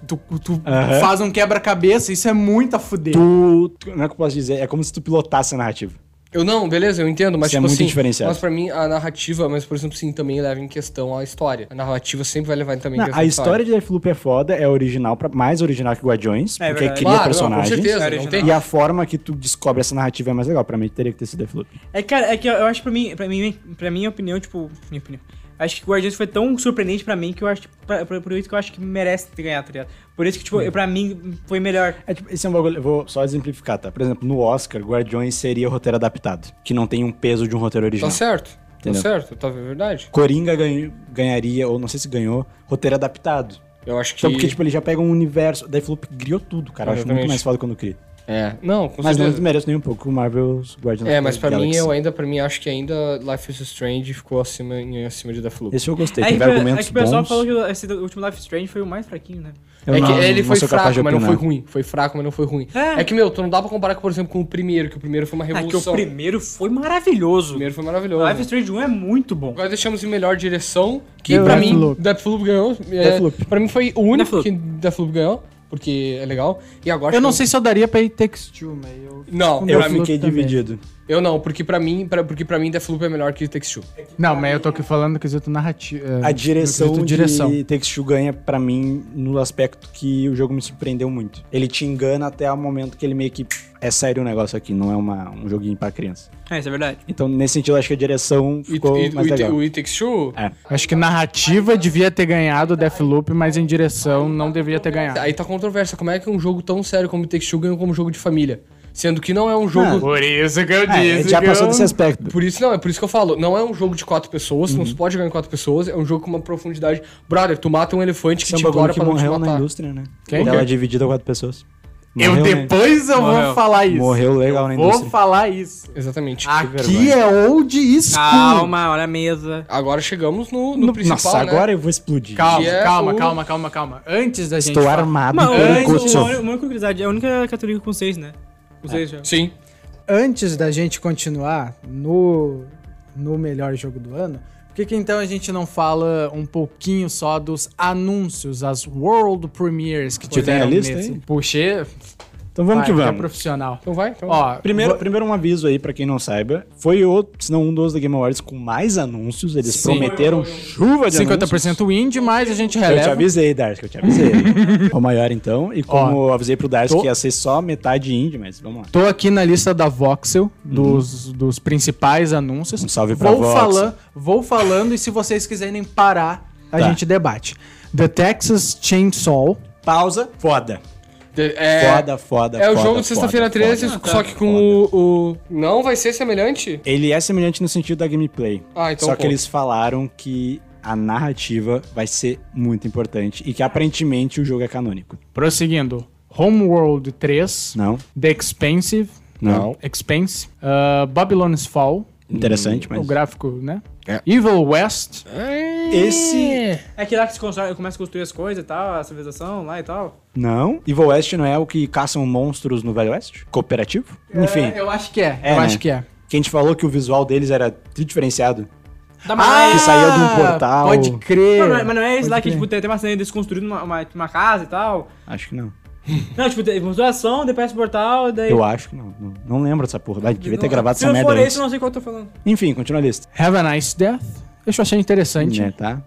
faz um quebra-cabeça, isso é muito a fuder. Como é que eu posso dizer? É como se tu pilotasse a narrativa. Beleza, eu entendo, mas Isso é tipo muito assim... diferenciado. Mas pra mim, a narrativa, mas por exemplo, sim, também leva em questão a história. A narrativa sempre vai levar também em Não, questão a história de Deathloop é foda, é original, mais original que Guardiões, É porque verdade. cria Claro, personagens. não, com certeza, É não tem... E a forma que tu descobre essa narrativa é mais legal. Pra mim, teria que ter sido Deathloop. Cara, é que eu acho que pra minha opinião, tipo... Minha opinião. Acho que o Guardiões foi tão surpreendente pra mim que eu acho, tipo, por isso que eu acho que merece ter ganhado, tá ligado? Por isso que, tipo, pra mim foi melhor. Esse é um bagulho, eu vou só exemplificar, tá? Por exemplo, no Oscar, Guardiões seria o roteiro adaptado, que não tem um peso de um roteiro original. Tá certo, Entendeu? tá verdade. Coringa ganharia, ou não sei se ganhou, roteiro adaptado. Eu acho que... Só porque, tipo, ele já pega um universo. Deathloop criou tudo, cara. Eu acho muito Exatamente. mais foda quando cria. Não, com Mas não certeza. desmereço nem um pouco o Marvel's Guardians of Mas the pra mim, Galaxy. pra mim, acho que ainda Life is Strange ficou acima de Deathloop. Esse eu gostei, É teve que argumentos o pessoal bons. falou que esse último Life is Strange foi o mais fraquinho, né? Eu É que não- ele não foi sou capaz de fraco, mas não foi opinar. ruim. Foi fraco, mas não foi ruim. É. É que, meu, tu não dá pra comparar, por exemplo, com o primeiro, que o primeiro foi uma Ah, que o revolução. primeiro foi maravilhoso. O primeiro foi O maravilhoso. Life is Strange 1 é muito bom. Agora deixamos em melhor direção, que Eu- pra mim, Deathloop. Deathloop ganhou. Deathloop. Pra mim foi o único Deathloop. que Deathloop ganhou, porque é legal. E agora Eu não sei se eu daria pra It Takes Two, mas eu... Não, com Eu pra mim, fiquei também. dividido. eu não, porque pra mim Deathloop é melhor que It Takes Two. Não, mas eu tô aqui falando do quesito narrativo. A direção no quesito de Takes Two ganha pra mim no aspecto que o jogo me surpreendeu muito. Ele te engana até o momento que ele meio que... É sério o negócio aqui, não é um joguinho pra criança. Isso é verdade. Então, nesse sentido, eu acho que a direção ficou mais legal. O It Takes Two... É. Acho que narrativa devia ter ganhado o Deathloop, mas em direção não deveria ter ganhado. Aí tá controvérsia. Como é que um jogo tão sério como It Takes Two ganhou como jogo de família? Sendo que não é um jogo... Por isso que eu Já passou desse aspecto. Por isso que eu falo, não é um jogo de 4 pessoas, não se pode jogar em 4 pessoas, é um jogo com uma profundidade. Brother, tu mata um elefante que Isso é um te bagulho implora que pra não te morreu na matar. indústria, né? Quem? Ela é dividida a 4 pessoas. Eu Morreu, né? depois eu vou Morreu. falar isso. Morreu legal na Vou indústria. falar isso. Exatamente. Aqui vergonha. é old school. Calma, olha a mesa. Agora chegamos no principal, Nossa, né? agora eu vou explodir. Calma, Que é calma, o- calma. Antes da gente Estou falar- armado Mas com antes- o uma única curiosidade, é a única categoria com 6, né? Com 6 já. Sim. Antes da gente continuar no melhor jogo do ano, por que então a gente não fala um pouquinho só dos anúncios, as World Premieres que Tu tem tiveram a lista nesse? aí? Puxei. Então vamos que É vamos. profissional. Então vai. Então. Ó, Primeiro um aviso aí pra quem não saiba. Foi se não um dos da Game Awards com mais anúncios. Eles prometeram chuva de anúncios. 50% indie, mas a gente Eu te releva. avisei, Darcy, eu te avisei. O maior, então. E como eu avisei pro Darcy tô- que ia ser só metade indie, mas vamos lá. Tô aqui na lista da Voxel, dos principais anúncios. Um salve pra vou Voxel. Vou falando e se vocês quiserem parar, a Tá. gente debate. The Texas Chainsaw. Pausa. Foda. Foda. É o foda, jogo de sexta-feira foda, 13, foda, só que com o... Não vai ser semelhante? Ele é semelhante no sentido da gameplay. Ah, então Só que pô. eles falaram que a narrativa vai ser muito importante e que aparentemente o jogo é canônico. Prosseguindo. Homeworld 3. Não? The Expensive. Não. Expense. Babylon's Fall. Interessante, mas... O gráfico, né? É. Evil West. Esse... É que lá que se começa a construir as coisas e tal, a civilização lá e tal. Não. Evil West não é o que caçam monstros no Velho Oeste? Cooperativo? Enfim. Eu acho que é. É, eu né? acho que é. Que a gente falou que o visual deles era diferenciado. que saía de um portal. Pode crer. Mas não é esse lá Pode que, crer. tipo, tem uma cena desconstruindo uma casa e tal. Acho que não. Não, tipo, tem construção, depois esse portal, daí... Eu acho que não. Não lembro dessa porra. Devia ter gravado Se essa não merda for antes. esse, eu não sei qual eu tô falando. Enfim, continua a lista. Have a Nice Death. Eu achei interessante. Né, tá?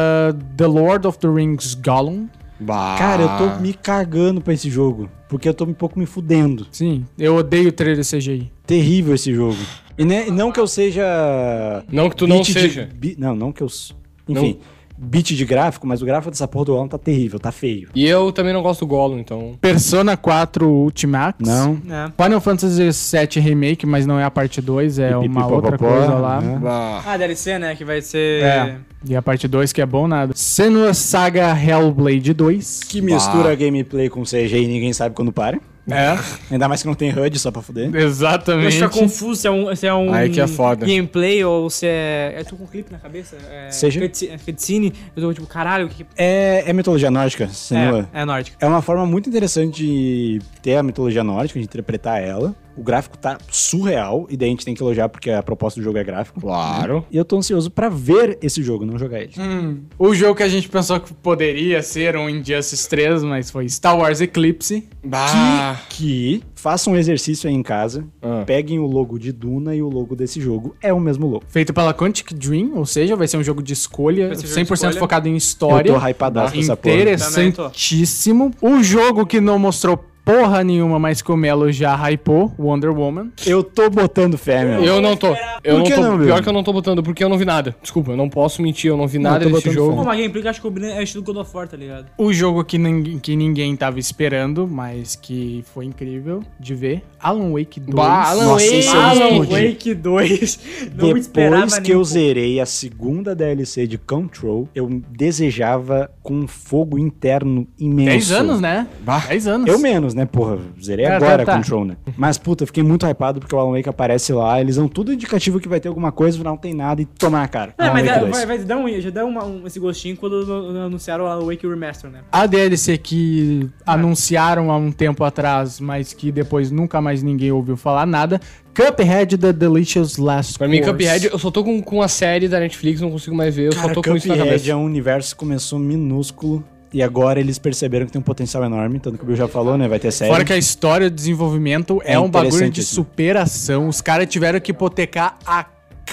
The Lord of the Rings Gollum. Bah. Cara, eu tô me cagando pra esse jogo. Porque eu tô um pouco me fudendo. Sim, eu odeio o trailer CGI. Terrível esse jogo. E não que eu seja... Não que tu não beat de- seja. Não que eu... Enfim, beat de gráfico, mas o gráfico dessa porra do Gollum tá terrível, tá feio. E eu também não gosto do Gollum, então... Persona 4 Ultimax. Não. É. Final Fantasy VII Remake, mas não é a parte 2, é uma outra coisa lá. né? Bah. Ah, DLC, né? Que vai ser... É. E a parte 2 que é bom nada. Senua Saga Hellblade 2. Que mistura gameplay com CG e ninguém sabe quando para. É, Ainda mais que não tem HUD, só pra fuder. Eu exatamente. fico confuso se é um Aí que é foda. gameplay ou se é... Eu tô com um clipe na cabeça. Seja. Cutscene. Eu tô tipo, caralho, o que... É mitologia nórdica, Senua. É nórdico. É uma forma muito interessante de ter a mitologia nórdica, de interpretar ela. O gráfico tá surreal, e daí a gente tem que elogiar porque a proposta do jogo é gráfico. Claro. E eu tô ansioso pra ver esse jogo, não jogar ele. O jogo que a gente pensou que poderia ser um Injustice 3, mas foi Star Wars Eclipse. Bah. Que façam um exercício aí em casa, peguem o logo de Duna e o logo desse jogo. É o mesmo logo. Feito pela Quantic Dream, ou seja, vai ser um jogo de escolha, Vai ser um jogo de 100% escolha. focado em história. Eu tô hypadaço com essa porra. Interessantíssimo. O jogo que não mostrou porra nenhuma, mas que o Melo já hypou, Wonder Woman. Eu tô botando fé, meu. Eu não tô. Por que não, Pior Bruno? que eu não tô botando, porque eu não vi nada. Desculpa, eu não posso mentir, eu não vi Não, nada eu tô desse botando jogo. Pô, uma gameplay que eu acho que é estilo God of War, tá ligado? O jogo que ninguém tava esperando, mas que foi incrível de ver. Alan Wake 2. Bah, Alan Nossa, Wake. isso eu Alan explodi. Wake 2. Não esperava Depois que nem eu um pouco. zerei a segunda DLC de Control, eu desejava com um fogo interno imenso. 10 anos, né? Bah. 10 anos. Eu menos, né, porra? Zerei Tá, agora tá. Control, né? Mas, puta, eu fiquei muito hypado porque o Alan Wake aparece lá, eles dão tudo indicativo que vai ter alguma coisa, no final não tem nada e toma na cara. É, Alan mas Wake 2. já deu esse gostinho quando anunciaram o Alan Wake Remaster, né? A DLC que anunciaram há um tempo atrás, mas que depois nunca mais ninguém ouviu falar nada. Cuphead The Delicious Last Pra mim, Course. Cuphead, eu só tô com a série da Netflix, não consigo mais ver, eu Cara, só tô com isso na Cuphead cabeça. é um universo que começou minúsculo e agora eles perceberam que tem um potencial enorme, tanto que o Bill já falou, né? Vai ter série. Fora que a história de desenvolvimento é um bagulho de interessantíssimo. superação. Os caras tiveram que hipotecar a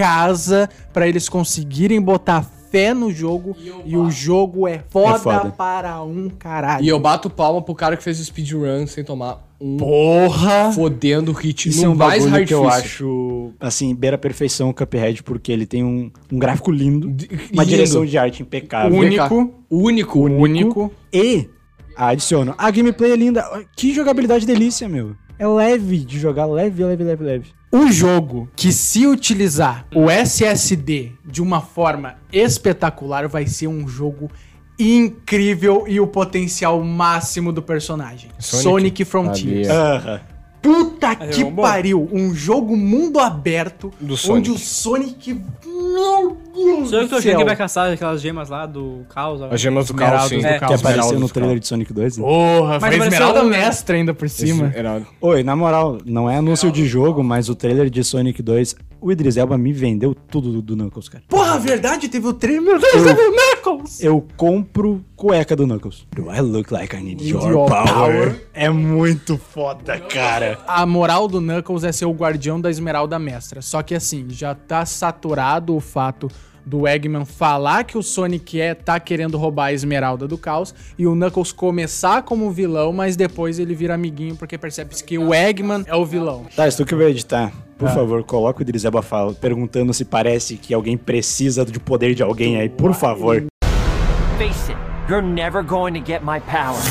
casa pra eles conseguirem botar fé no jogo. E o jogo é foda, foda. para um caralho. E eu bato palma pro cara que fez o speedrun sem tomar um Porra! fodendo hit Isso no é um mais bagulho hard que eu difícil. acho, assim, beira a perfeição o Cuphead, porque ele tem um gráfico lindo, uma lindo. direção de arte impecável. Único. E, adiciono, a gameplay é linda. Que jogabilidade delícia, meu. É leve de jogar, leve. O jogo que se utilizar o SSD de uma forma espetacular vai ser um jogo incrível e o potencial máximo do personagem. Sonic Frontiers. Sabia. Puta que bom. pariu! Um jogo mundo aberto Do Sonic. onde o Sonic... Meu Deus Só eu que tô do achando céu! que vai caçar aquelas gemas lá do caos. As gemas do caos, sim. Esmeraldas do É, Que caos. apareceu Esmeralda no do trailer caos. de Sonic 2, né? Porra, Mas foi pareceu- Esmeralda Mestra ainda por cima. Era- Oi, na moral, não é anúncio de jogo, mas o trailer de Sonic 2, o Idris Elba me vendeu tudo do Knuckles, cara. Porra, verdade, teve o trailer. Meu Deus, teve o Knuckles! Eu compro cueca do Knuckles. Do I look like I need your, Your power? power. É muito foda, cara. A moral do Knuckles é ser o guardião da Esmeralda Mestra. Só que assim, já tá saturado o fato do Eggman falar que o Sonic tá querendo roubar a Esmeralda do Caos e o Knuckles começar como vilão, mas depois ele vira amiguinho porque percebe-se que o Eggman é o vilão. Tá, se tu que vai editar, por favor, coloca o Idris Elba perguntando se parece que alguém precisa de poder de alguém aí, por favor. Face it, you're never going to get my power.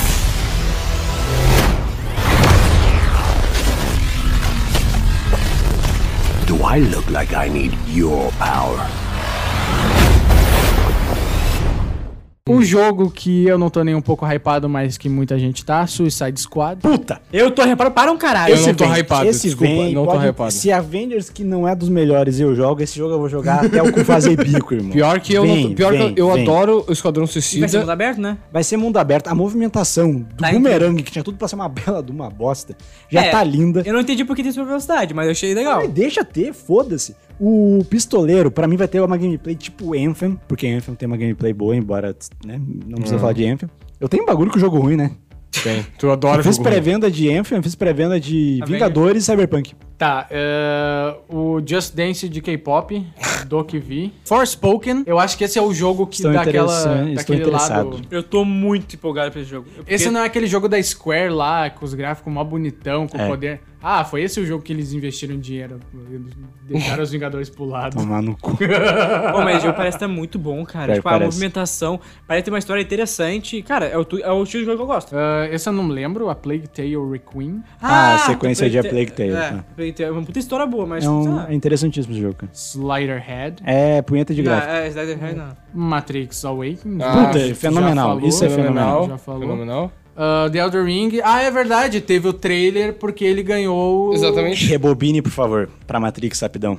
Do I look like I need your power? O jogo que eu não tô nem um pouco hypado, mas que muita gente tá, Suicide Squad. Puta! Eu tô reparando para um caralho. Eu não tô vem, hypado, esse desculpa, vem, não tô hypado. Se Avengers, que não é dos melhores, eu jogo, esse jogo eu vou jogar até o cu fazer bico, irmão. Pior que eu Vem, não. Pior vem, que eu vem. adoro o Esquadrão Vai ser Suicida. mundo aberto, né? Vai ser mundo aberto. A movimentação do Tá Boomerang, que tinha tudo pra ser uma bela de uma bosta, já tá linda. Eu não entendi por que tem super velocidade, mas eu achei legal. Ai, deixa ter, foda-se. O pistoleiro, pra mim, vai ter uma gameplay tipo Anthem, porque Anthem tem uma gameplay boa, embora, né, não precisa falar de Anthem. Eu tenho um bagulho com o jogo ruim, né? Tem. Tu adora Eu fiz jogo ruim. pré-venda de Anthem, eu fiz pré-venda de Avengers. Vingadores e Cyberpunk. Tá, o Just Dance de K-pop, do que vi. Forspoken, eu acho que esse é o jogo que Estou dá estou daquele interessado. lado... Eu tô muito empolgado pra esse jogo. Esse não é aquele jogo da Square lá, com os gráficos mó bonitão, com É. poder... Ah, foi esse o jogo que eles investiram dinheiro, deixaram os Vingadores pro lado. Tomar no cu. Pô, mas o jogo parece estar muito bom, cara. Pior Tipo, que a parece. movimentação parece ter uma história interessante. Cara, é o estilo de jogo que eu gosto. Esse eu não lembro, a Plague Tale Requiem. A sequência de A Plague Tale. É, Plague Tale é uma puta história boa, mas... sei lá. É interessantíssimo esse jogo, cara. Sliderhead, É punheta de Não, gráfico. Sliderhead não. Matrix Awakens. Ah, Puta, já fenomenal. falou. Isso é fenomenal. Já falou. Fenomenal. The Elder Ring. Ah, é verdade, teve o trailer porque ele ganhou... Exatamente. Rebobine, por favor, pra Matrix, rapidão.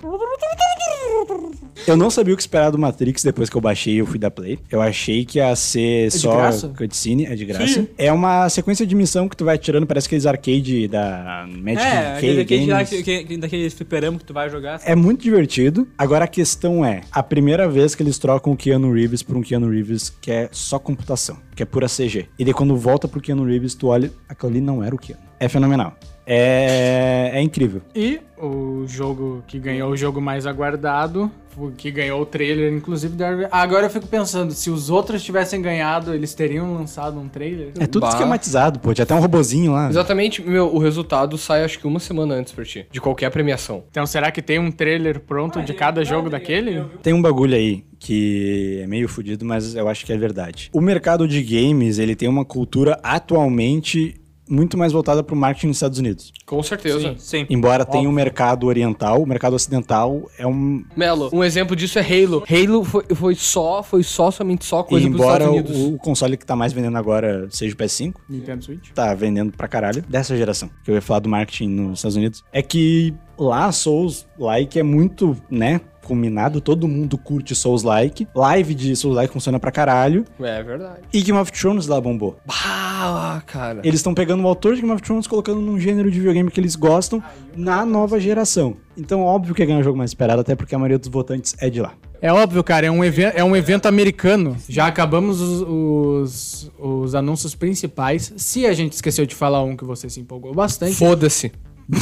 Eu não sabia o que esperar do Matrix depois que eu baixei e eu fui da Play. Eu achei que ia ser de só graça? cutscene, é de graça. É uma sequência de missão que tu vai tirando, parece aqueles arcade da Magic Aquele lá, Games. daqueles fliperama que tu vai jogar. É muito divertido. Agora a questão é, a primeira vez que eles trocam o Keanu Reeves por um Keanu Reeves que é só computação, que é pura CG. E daí quando volta pro Keanu Reeves, tu olha, aquilo ali não era o Keanu. É fenomenal. É incrível. E o jogo que ganhou o jogo mais aguardado, que ganhou o trailer, inclusive. Agora eu fico pensando, se os outros tivessem ganhado, eles teriam lançado um trailer? É tudo Bah. esquematizado, pô. Tinha até um robozinho lá. Exatamente, o resultado sai acho que uma semana antes pra ti. De qualquer premiação. Então será que tem um trailer pronto de cada jogo daquele? Tem um bagulho aí que é meio fudido, mas eu acho que é verdade. O mercado de games, ele tem uma cultura atualmente muito mais voltada pro marketing nos Estados Unidos. Com certeza. Sim. Embora tenha um mercado oriental, o mercado ocidental é um... Melo, um exemplo disso é Halo. Halo foi somente só E coisa pros embora Estados Unidos. o console que tá mais vendendo agora seja o PS5, Nintendo Switch? tá vendendo pra caralho, dessa geração, que eu ia falar do marketing nos Estados Unidos, é que lá Souls-like é muito, né, combinado, todo mundo curte Souls-like, live de Souls-like funciona pra caralho, É verdade. e Game of Thrones lá bombou. Ah, cara. Eles estão pegando o autor de Game of Thrones, colocando num gênero de videogame que eles gostam na nova geração. Então, óbvio que ganha o jogo mais esperado, até porque a maioria dos votantes é de lá. É óbvio, cara, é um evento americano. Já acabamos os anúncios principais. Se a gente esqueceu de falar um que você se empolgou bastante. Foda-se.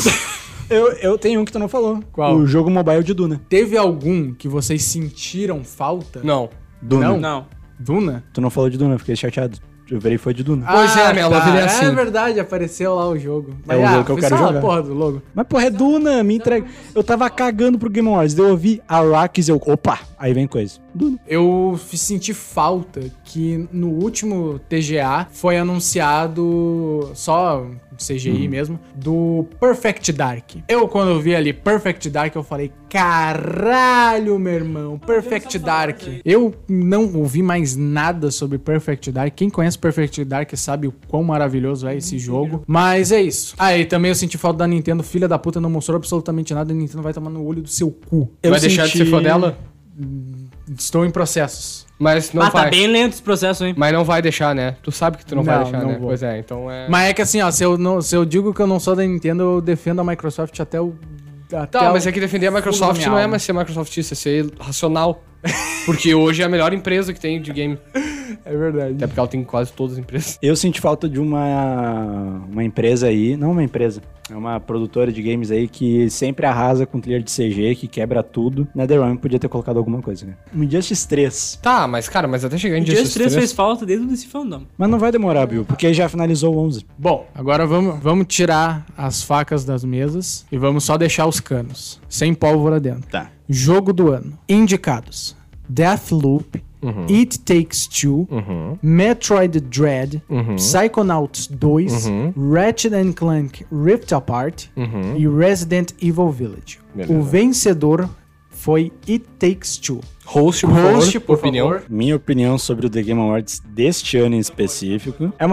Eu tenho um que tu não falou. Qual? O jogo mobile de Duna. Teve algum que vocês sentiram falta? Não. Duna. Não? Não. Duna? Tu não falou de Duna, eu fiquei chateado. Eu virei fã de Duna. Pois é, Melo, a vida é assim. É verdade, apareceu lá o jogo. É o jogo que eu quero só a jogar. porra do logo. Mas, porra, é Duna, me entrega. Eu tava cagando pro Game Awards, daí eu ouvi Arrakis, eu... Opa, aí vem coisa. Duna. Eu senti falta que no último TGA foi anunciado só CGI mesmo, do Perfect Dark. Quando eu vi ali Perfect Dark, eu falei, caralho, meu irmão, Perfect Dark. Eu não ouvi mais nada sobre Perfect Dark. Quem conhece Perfect Dark sabe o quão maravilhoso é esse jogo. Mas é isso. E também eu senti falta da Nintendo. Filha da puta, não mostrou absolutamente nada. A Nintendo vai tomar no olho do seu cu. Eu Vai deixar de senti- ser fã dela? Estou em processos. Mas não Tá vai. bem lento esse processo, hein? Mas não vai deixar, né? Tu sabe que tu não vai Não, deixar, não né? vou. Pois é, então é... Mas é que assim, ó, se eu digo que eu não sou da Nintendo, eu defendo a Microsoft até o... Tá, mas é que defender a fundo da Microsoft minha não é alma. mais ser Microsoftista, é ser racional. Porque hoje é a melhor empresa que tem de game. É verdade. Até porque ela tem quase todas as empresas. Eu senti falta de uma empresa aí, não uma empresa, é uma produtora de games aí que sempre arrasa com trilha de CG, que quebra tudo. NetherRealm podia ter colocado alguma coisa, né? Injustice 3. Tá, mas cara, até chegar em O Just 3 3 fez falta dentro desse fandom. Mas não vai demorar, Bill, porque já finalizou o 11. Bom, agora vamos tirar as facas das mesas e vamos só deixar os canos, sem pólvora dentro. Tá. Jogo do ano. Indicados: Deathloop, It Takes Two, Metroid Dread, Psychonauts 2, Ratchet & Clank Rift Apart e Resident Evil Village. Beleza. O vencedor foi It Takes Two. Host, por opinião. favor. Minha opinião sobre o The Game Awards deste ano em específico é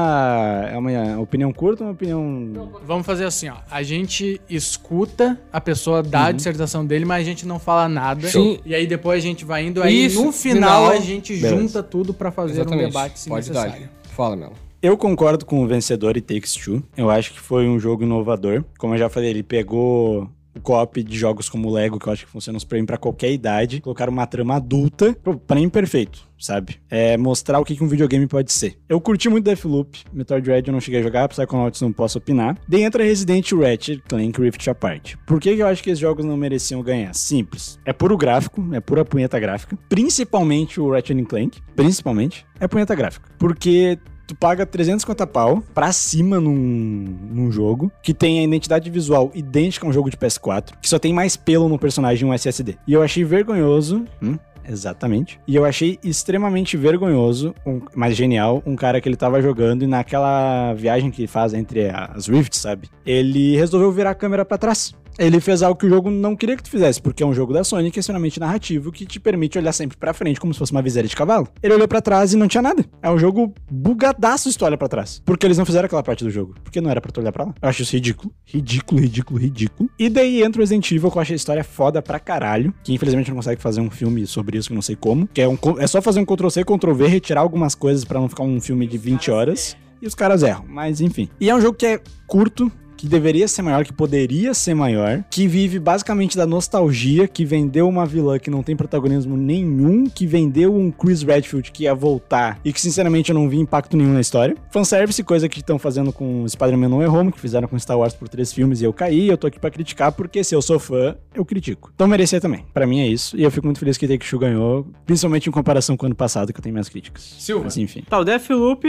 uma opinião curta, uma opinião... Vamos fazer assim, ó. A gente escuta a pessoa dar a dissertação dele, mas a gente não fala nada. Sim. E aí depois a gente vai indo. Aí Isso, no final final, a gente junta tudo pra fazer um debate se Pode necessário. dar. Fala, Melo. Eu concordo com o vencedor It Takes Two. Eu acho que foi um jogo inovador. Como eu já falei, ele pegou o co-op de jogos como Lego, que eu acho que funciona super bem pra qualquer idade. Colocaram uma trama adulta, pra mim perfeito, sabe? É mostrar o que um videogame pode ser. Eu curti muito Deathloop, Metroid Dread eu não cheguei a jogar, Psychonauts não posso opinar. Daí entra Resident Evil, Ratchet, Clank, Rift Apart. Por que eu acho que esses jogos não mereciam ganhar? Simples. É puro gráfico, é pura punheta gráfica. Principalmente o Ratchet Clank, principalmente, é punheta gráfica. Porque... tu paga 350 pau pra cima num jogo que tem a identidade visual idêntica a um jogo de PS4, que só tem mais pelo no personagem e um SSD. E eu achei vergonhoso... exatamente. E eu achei extremamente vergonhoso, mas genial, um cara que ele tava jogando e naquela viagem que faz entre as Rifts, sabe? Ele resolveu virar a câmera pra trás. Ele fez algo que o jogo não queria que tu fizesse, porque é um jogo da Sony que é extremamente narrativo, que te permite olhar sempre pra frente, como se fosse uma viseira de cavalo. Ele olhou pra trás e não tinha nada. É um jogo bugadaço se tu olha pra trás. Porque eles não fizeram aquela parte do jogo. Porque não era pra tu olhar pra lá. Eu acho isso ridículo. Ridículo. E daí entra o Resident Evil, que eu achei a história foda pra caralho, que infelizmente não consegue fazer um filme sobre isso, que eu não sei como. Que é só fazer um Ctrl-C, Ctrl-V, retirar algumas coisas pra não ficar um filme de 20 horas. E os caras erram, mas enfim. E é um jogo que é curto, que deveria ser maior, que poderia ser maior, que vive basicamente da nostalgia, que vendeu uma vilã que não tem protagonismo nenhum, que vendeu um Chris Redfield que ia voltar e que sinceramente eu não vi impacto nenhum na história. Fanservice, coisa que estão fazendo com Spider-Man No Way Home, que fizeram com Star Wars por 3 filmes e eu caí, eu tô aqui pra criticar, porque se eu sou fã, eu critico. Então merecia também. Pra mim é isso, e eu fico muito feliz que Take Two ganhou, principalmente em comparação com o ano passado, que eu tenho minhas críticas. Silva. Mas enfim. Tá, o Deathloop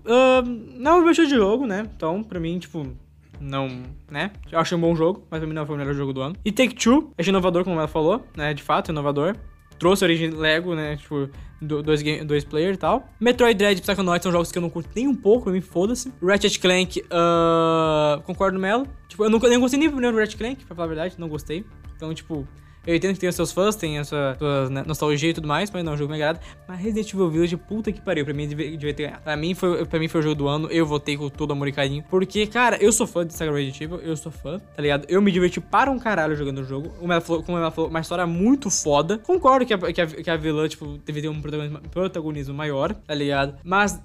não é o meu estilo de jogo, né? Então, pra mim, tipo... não, né? Eu achei um bom jogo, mas pra mim não foi o melhor jogo do ano. E Take-Two, achei inovador, como ela falou, né? De fato, inovador. Trouxe a origem Lego, né? Tipo, dois player e tal. Metroid Dread e Psychonauts são jogos que eu não curto nem um pouco, pra mim, foda-se. Ratchet Clank, concordo no Melo. Tipo, eu nem gostei nem do primeiro Ratchet Clank, pra falar a verdade, não gostei. Então, tipo... eu entendo que tem os seus fãs, tem a sua nostalgia e tudo mais, mas não, o jogo me agrada. Mas Resident Evil Village, puta que pariu, pra mim devia ter ganhado. Pra mim foi o jogo do ano, eu votei com todo amor e carinho. Porque, cara, eu sou fã de Saga Resident Evil, eu sou fã, tá ligado? Eu me diverti para um caralho jogando o jogo. Como ela falou, uma história muito foda. Concordo que a vilã, tipo, deveria ter um protagonismo maior, tá ligado? Mas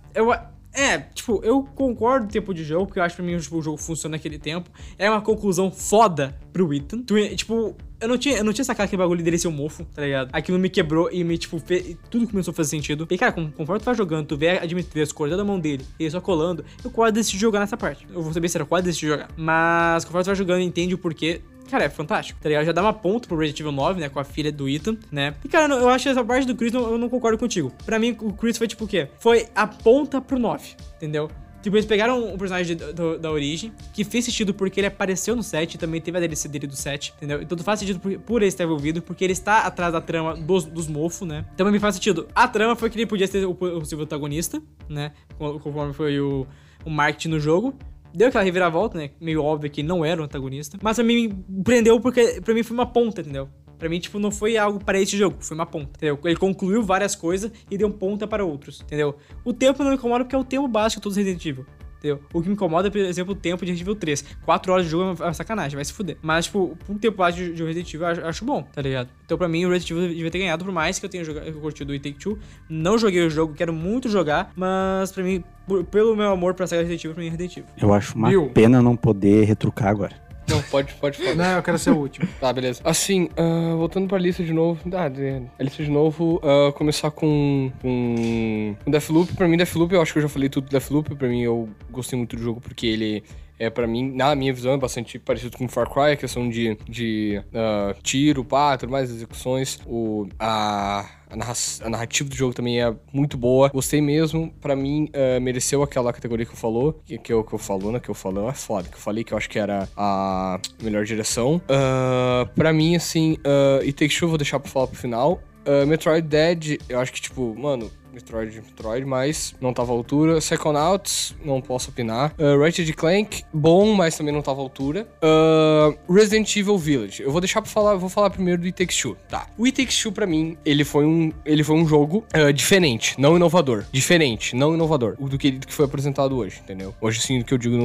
eu concordo com o tempo de jogo, porque eu acho que pra mim tipo, o jogo funciona naquele tempo. É uma conclusão foda pro Ethan. Tipo, eu não tinha sacado que o bagulho dele ser um mofo, tá ligado? Aquilo me quebrou e me, tipo, tudo começou a fazer sentido. E, cara, conforme tu vai jogando, tu vê a Dimitrescu cortando a mão dele e ele só colando, eu quase decidi jogar nessa parte. Eu vou saber se era quase decidi jogar. Mas, conforme tu vai jogando, entende o porquê. Cara, é fantástico, tá ligado? Já dá uma ponta pro Resident Evil 9, né? Com a filha do Ethan, né? E, cara, eu acho que essa parte do Chris, eu não concordo contigo. Pra mim, o Chris foi tipo o quê? Foi a ponta pro 9, entendeu? Tipo, eles pegaram um personagem da origem, que fez sentido porque ele apareceu no 7, e também teve a DLC dele do 7, entendeu? Então faz sentido por ele estar envolvido, porque ele está atrás da trama dos mofos, né? Também me faz sentido. A trama foi que ele podia ser o possível protagonista, né? Conforme foi o marketing no jogo. Deu aquela reviravolta, né? Meio óbvio que ele não era o antagonista. Mas pra mim, prendeu porque pra mim foi uma ponta, entendeu? Pra mim, tipo, não foi algo para esse jogo, foi uma ponta, entendeu? Ele concluiu várias coisas e deu ponta para outros, entendeu? O tempo não me incomoda porque é o tempo básico de todos os Resident Evil, entendeu? O que me incomoda é, por exemplo, o tempo de Resident Evil 3. 4 horas de jogo é uma sacanagem, vai se fuder. Mas, tipo, um tempo básico de Resident Evil eu acho bom, tá ligado? Então, pra mim, o Resident Evil devia ter ganhado, por mais que eu tenha curtido o Take-Two. Não joguei o jogo, quero muito jogar, mas pra mim, pelo meu amor pra saga Resident Evil, pra mim é Resident Evil. Eu acho uma pena não poder retrucar agora. Não, pode falar. Não, eu quero ser o último. Tá, beleza. Assim, voltando pra lista de novo. A lista de novo, começar com Deathloop. Pra mim, Deathloop, eu acho que eu já falei tudo do Deathloop. Pra mim, eu gostei muito do jogo porque ele... pra mim, na minha visão, é bastante parecido com Far Cry, a questão de tiro, tudo mais, execuções. A narrativa do jogo também é muito boa. Gostei mesmo. Pra mim, mereceu aquela categoria que eu falou. Que eu falo, né? Que eu falo é foda. Que eu falei que eu acho que era a melhor direção. Pra mim, assim, It Takes Two, vou deixar pra falar pro final. Metroid Dread, eu acho que, tipo, mano, Metroid, mas não tava à altura. Psychonauts, não posso opinar. Ratchet & Clank, bom, mas também não tava à altura. Resident Evil Village. Eu vou deixar pra falar, vou falar primeiro do It Takes Two, tá. O It Takes Two, pra mim, ele foi um jogo diferente, não inovador. Diferente, não inovador. Do que foi apresentado hoje, entendeu? Hoje, sim, do que eu digo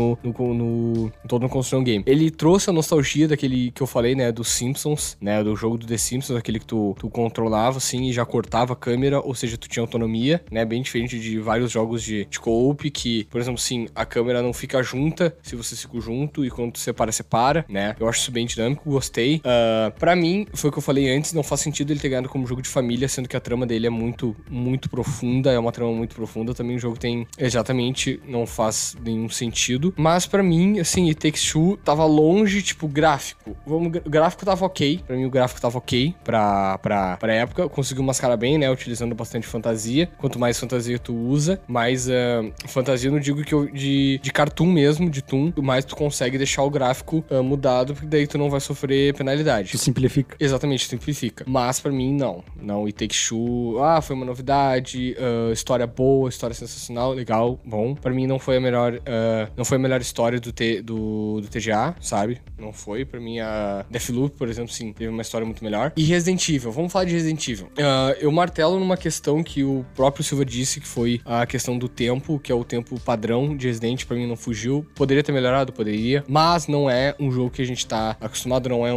no todo no Construction Game. Ele trouxe a nostalgia daquele que eu falei, né, dos Simpsons, né, do jogo do The Simpsons, aquele que tu controlava, assim, e já cortava a câmera, ou seja, tu tinha autonomia, né, bem diferente de vários jogos de co-op, que, por exemplo, sim, a câmera não fica junta se você fica junto, e quando tu separa, né, eu acho isso bem dinâmico, gostei. Pra mim, foi o que eu falei antes, não faz sentido ele ter ganhado como jogo de família, sendo que a trama dele é muito, muito profunda, é uma trama muito profunda, também o jogo tem, exatamente, não faz nenhum sentido, mas pra mim, assim, It Takes Two tava longe, tipo, gráfico. O gráfico tava ok, pra mim o gráfico tava ok pra época, conseguiu mascarar bem, né, utilizando bastante fantasia. Quanto mais fantasia tu usa, mais fantasia, não digo que de cartoon mesmo, de toon, mais tu consegue deixar o gráfico mudado, porque daí tu não vai sofrer penalidade. Tu simplifica. Exatamente, simplifica. Mas pra mim, não. Não, It Takes Two, foi uma novidade, história boa, história sensacional, legal, bom. Pra mim não foi a melhor história do TGA, sabe? Não foi. Pra mim a Deathloop, por exemplo, sim, teve uma história muito melhor. E Resident Evil, vamos falar de Resident Evil. Eu martelo numa questão que o próprio Silva disse, que foi a questão do tempo, que é o tempo padrão de Resident, pra mim não fugiu. Poderia ter melhorado? Poderia. Mas não é um jogo que a gente tá acostumado, não é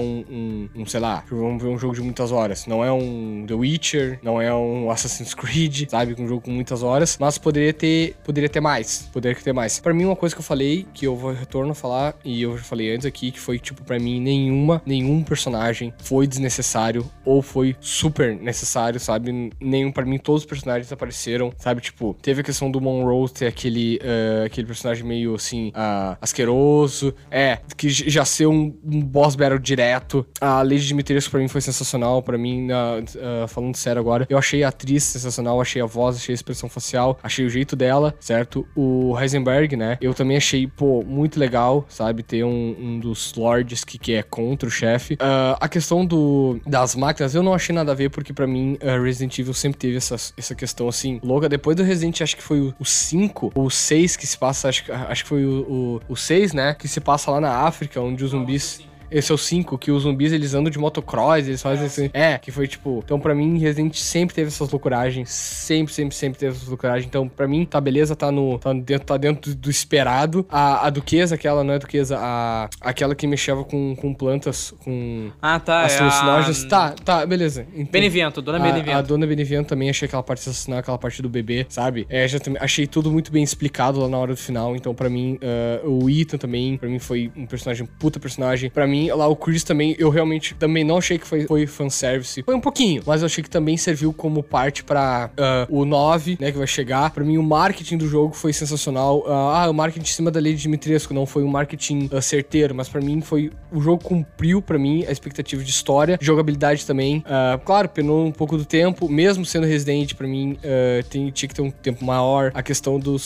sei lá, vamos ver um jogo de muitas horas. Não é um The Witcher, não é um Assassin's Creed, sabe? Um jogo com muitas horas, mas poderia ter mais. Pra mim, uma coisa que eu falei, que eu vou retorno a falar, e eu já falei antes aqui, que foi, tipo, pra mim, nenhum personagem foi desnecessário ou foi super necessário, sabe? Pra mim, todos os personagens apareceram, sabe? Tipo, teve a questão do Monroe ter aquele personagem meio, assim, asqueroso, que já ser um boss battle direto. A Lady Dimitrescu, pra mim, foi sensacional. Pra mim, falando sério agora, eu achei a atriz sensacional, achei a voz, achei a expressão facial, achei o jeito dela, certo? O Heisenberg, né? Eu também achei, muito legal, sabe? Ter um dos lords que é contra o chefe. A questão das máquinas, eu não achei nada a ver, porque pra mim, Resident Evil sempre teve essa questão, assim, louca. Depois do Resident, acho que foi o 5 ou o 6 que se passa, acho que foi o 6, né? Que se passa lá na África, onde os zumbis... Esse é o 5, que os zumbis, eles andam de motocross, eles fazem assim... que foi tipo... Então, pra mim, Resident sempre teve essas loucuragens. Sempre teve essas loucuragens. Então, pra mim, tá beleza, tá dentro do esperado. A duquesa, aquela, não é duquesa, aquela que mexeva com plantas, com... tá. As alucinógenas. Tá, beleza. Então, Benevento, Dona Benevento. A Dona Benevento também, achei aquela parte sensacional, aquela parte do bebê, sabe? Achei tudo muito bem explicado lá na hora do final. Então, pra mim, o Ethan também, pra mim, foi um puta personagem. Pra mim, lá o Chris também, eu realmente também não achei que foi fanservice. Foi um pouquinho, mas eu achei que também serviu como parte pra o 9, né, que vai chegar. Pra mim, o marketing do jogo foi sensacional. O marketing em cima da Lady Dimitrescu não foi um marketing certeiro, mas pra mim o jogo cumpriu, pra mim, a expectativa de história, de jogabilidade também. Claro, penou um pouco do tempo, mesmo sendo Resident, pra mim, tinha que ter um tempo maior. A questão do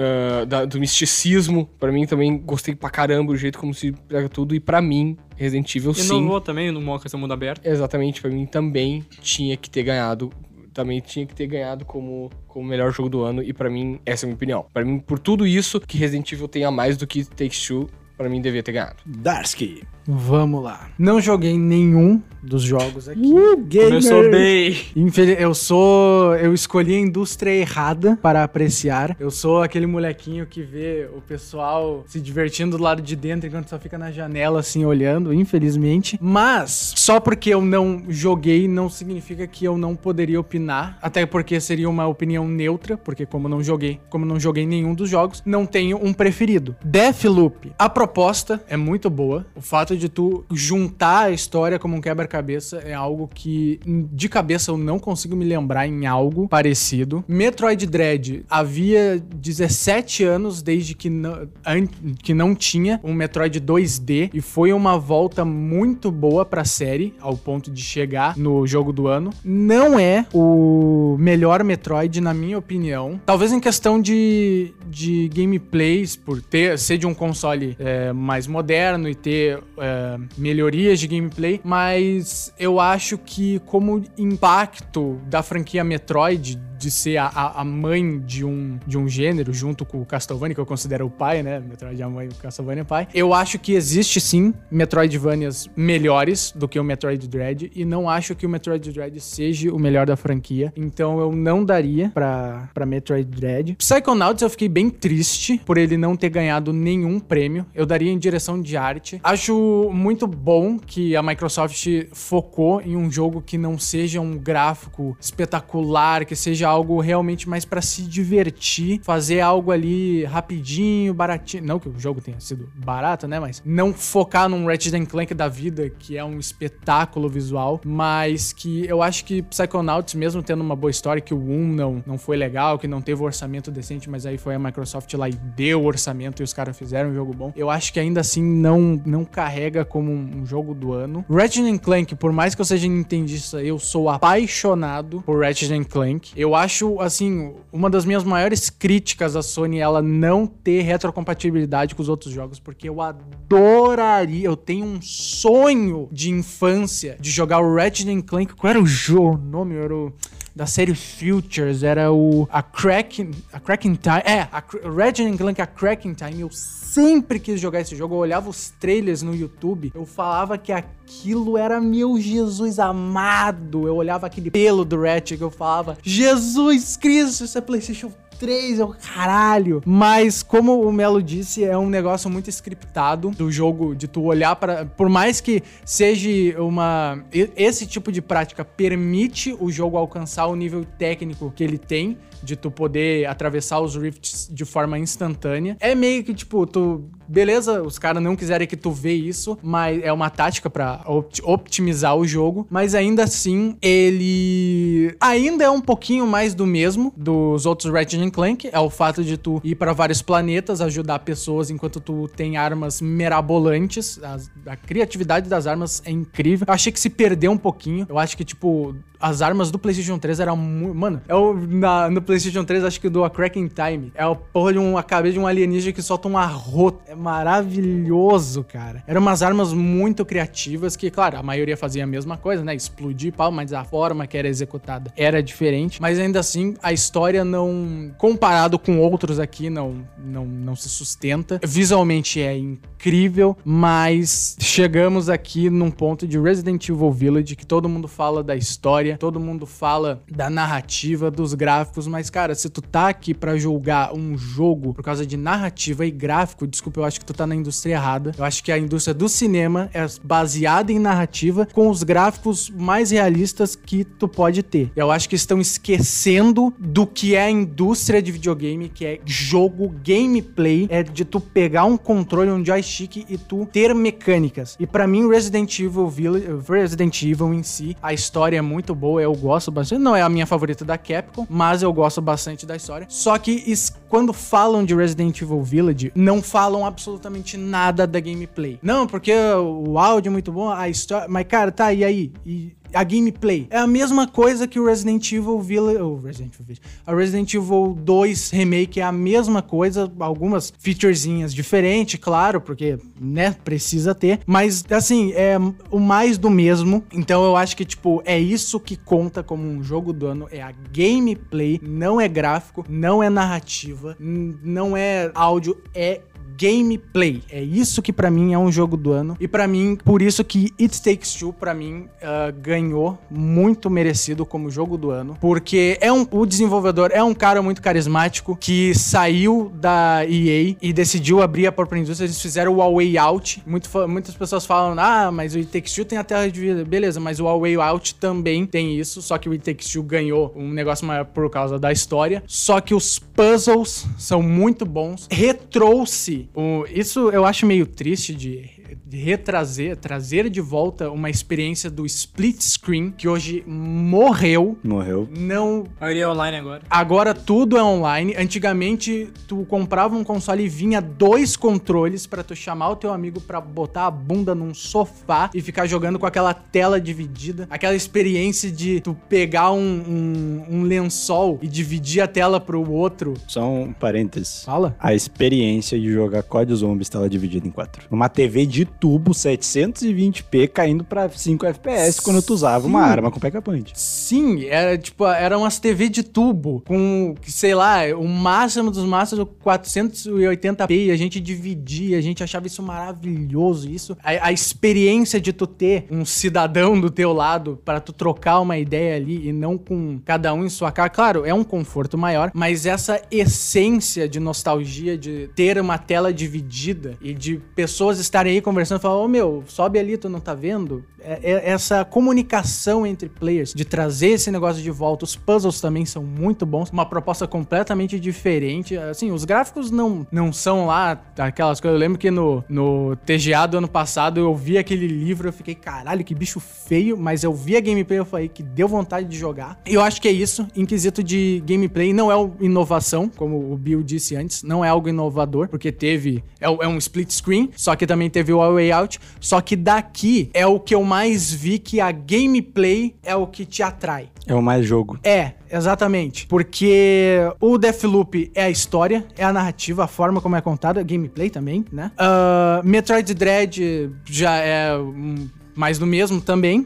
misticismo, pra mim também gostei pra caramba, o jeito como se pega tudo, e pra mim, Resident Evil, sim. Inovou também numa questão mundo aberto. Exatamente, pra mim também tinha que ter ganhado. Como o melhor jogo do ano. E pra mim, essa é a minha opinião. Pra mim, por tudo isso, que Resident Evil tenha mais do que Takes Two, pra mim devia ter ganhado. Darsky. Vamos lá. Não joguei nenhum dos jogos aqui. Gamer. Começou bem. Eu escolhi a indústria errada para apreciar. Eu sou aquele molequinho que vê o pessoal se divertindo do lado de dentro enquanto só fica na janela assim olhando, infelizmente. Mas só porque eu não joguei não significa que eu não poderia opinar, até porque seria uma opinião neutra, porque como não joguei nenhum dos jogos, não tenho um preferido. Deathloop. A proposta é muito boa. O fato de tu juntar a história como um quebra-cabeça é algo que de cabeça eu não consigo me lembrar em algo parecido. Metroid Dread, havia 17 anos desde que não tinha um Metroid 2D e foi uma volta muito boa pra série, ao ponto de chegar no jogo do ano. Não é o melhor Metroid, na minha opinião. Talvez em questão de gameplays, por ser de um console mais moderno e ter melhorias de gameplay, mas eu acho que como impacto da franquia Metroid de ser a mãe de um gênero, junto com o Castlevania, que eu considero o pai, né? Metroid é a mãe, o Castlevania é o pai. Eu acho que existe, sim, Metroidvanias melhores do que o Metroid Dread, e não acho que o Metroid Dread seja o melhor da franquia. Então eu não daria pra Metroid Dread. Psychonauts eu fiquei bem triste por ele não ter ganhado nenhum prêmio. Eu daria em direção de arte. Acho muito bom que a Microsoft focou em um jogo que não seja um gráfico espetacular, que seja algo realmente mais pra se divertir, fazer algo ali rapidinho, baratinho. Não que o jogo tenha sido barato, né? Mas não focar num Ratchet & Clank da vida, que é um espetáculo visual, mas que eu acho que Psychonauts, mesmo tendo uma boa história, que o 1 não foi legal, que não teve um orçamento decente, mas aí foi a Microsoft lá e deu o orçamento e os caras fizeram um jogo bom. Eu acho que ainda assim não carrega como um jogo do ano. Ratchet & Clank, por mais que eu seja nintendista, eu sou apaixonado por Ratchet & Clank. Eu acho, assim, uma das minhas maiores críticas à Sony, ela não ter retrocompatibilidade com os outros jogos, porque eu adoraria, eu tenho um sonho de infância de jogar o Ratchet & Clank. Qual era o nome? Era o da série Futures, era a Cracking Time. Ratchet & Clank, a Cracking Time. Eu sempre quis jogar esse jogo. Eu olhava os trailers no YouTube, eu falava que aquilo era meu Jesus amado. Eu olhava aquele pelo do Ratchet, eu falava, Jesus Cristo, isso é PlayStation 3, caralho. Mas, como o Melo disse, é um negócio muito scriptado do jogo, de tu olhar para... Por mais que seja esse tipo de prática permite o jogo alcançar o nível técnico que ele tem, de tu poder atravessar os rifts de forma instantânea. É meio que, tipo, beleza, os caras não quiserem que tu vê isso, mas é uma tática pra optimizar o jogo, mas ainda assim, ele ainda é um pouquinho mais do mesmo dos outros Ratchet & Clank, é o fato de tu ir pra vários planetas, ajudar pessoas enquanto tu tem armas mirabolantes, a criatividade das armas é incrível. Eu achei que se perdeu um pouquinho, eu acho que, tipo, as armas do PlayStation 3 eram muito... Mano, no PlayStation 3, acho que do A Cracking Time, é a porra de a cabeça de um alienígena que solta um arroto. É maravilhoso, cara. Eram umas armas muito criativas que, claro, a maioria fazia a mesma coisa, né? Explodir, pau, mas a forma que era executada era diferente. Mas ainda assim, a história não... Comparado com outros aqui, não se sustenta. Visualmente é incrível, mas chegamos aqui num ponto de Resident Evil Village que todo mundo fala da história, todo mundo fala da narrativa, dos gráficos, mas, cara, se tu tá aqui pra julgar um jogo por causa de narrativa e gráfico, desculpa, eu acho que tu tá na indústria errada. Eu acho que a indústria do cinema é baseada em narrativa com os gráficos mais realistas que tu pode ter. Eu acho que estão esquecendo do que é a indústria de videogame, que é jogo, gameplay, é de tu pegar um controle, um joystick e tu ter mecânicas. E pra mim, Resident Evil em si, a história é muito boa, eu gosto bastante. Não é a minha favorita da Capcom, mas eu gosto bastante da história. Só que quando falam de Resident Evil Village, não falam absolutamente nada da gameplay. Não, porque o áudio é muito bom, a história... Mas, cara, tá, e aí? A gameplay é a mesma coisa que o Resident Evil Village... A Resident Evil 2 Remake é a mesma coisa, algumas featurezinhas diferentes, claro, porque, né, precisa ter. Mas, assim, é o mais do mesmo. Então, eu acho que, tipo, é isso que conta como um jogo do ano. É a gameplay, não é gráfico, não é narrativa, não é áudio, é gameplay. É isso que pra mim é um jogo do ano. E pra mim, por isso que It Takes Two, pra mim, ganhou muito merecido como jogo do ano. Porque o desenvolvedor é um cara muito carismático que saiu da EA e decidiu abrir a própria indústria. Eles fizeram o A Way Out. Muitas pessoas falam, mas o It Takes Two tem a Terra de Vida. Beleza, mas o A Way Out também tem isso. Só que o It Takes Two ganhou um negócio maior por causa da história. Só que os puzzles são muito bons. Retrouxe isso eu acho meio triste de trazer de volta uma experiência do split screen, que hoje morreu. Não... A maioria é online agora. Agora tudo é online. Antigamente, tu comprava um console e vinha 2 controles pra tu chamar o teu amigo pra botar a bunda num sofá e ficar jogando com aquela tela dividida. Aquela experiência de tu pegar um lençol e dividir a tela pro outro. Só um parênteses. Fala. A experiência de jogar COD Zombies tela dividida em 4. Numa TV de de tubo 720p caindo pra 5 FPS quando tu usava uma arma com pack-a-punch. Sim, eram umas TV de tubo com, sei lá, o máximo dos máximos 480p e a gente dividia, a gente achava isso maravilhoso, a experiência de tu ter um cidadão do teu lado para tu trocar uma ideia ali e não com cada um em sua cara. Claro, é um conforto maior, mas essa essência de nostalgia de ter uma tela dividida e de pessoas estarem aí conversando e falar, ô meu, sobe ali, tu não tá vendo? Essa comunicação entre players, de trazer esse negócio de volta. Os puzzles também são muito bons, uma proposta completamente diferente. Assim, os gráficos não são lá aquelas coisas. Eu lembro que no TGA do ano passado eu vi aquele livro, eu fiquei, caralho, que bicho feio, mas eu vi a gameplay, eu falei que deu vontade de jogar. E eu acho que é isso, em quesito de gameplay, não é inovação, como o Bill disse antes, não é algo inovador, porque é um split screen, só que também teve o Way Out, só que daqui é o que eu mais vi que a gameplay é o que te atrai. É o mais jogo. É, exatamente. Porque o Deathloop é a história, é a narrativa, a forma como é contada, gameplay também, né? Metroid Dread já é mais do mesmo também.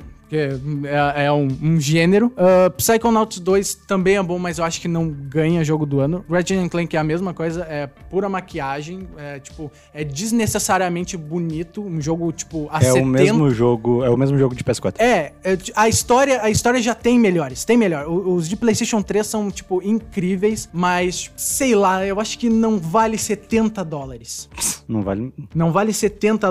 É um gênero. Psychonauts 2 também é bom, mas eu acho que não ganha jogo do ano. Ratchet & Clank é a mesma coisa, é pura maquiagem, é desnecessariamente bonito, um jogo, a 70... É o mesmo jogo de PS4. A história já tem melhores, tem melhor. Os de PlayStation 3 são, incríveis, mas, sei lá, eu acho que não vale $70. Não vale... Não vale $70.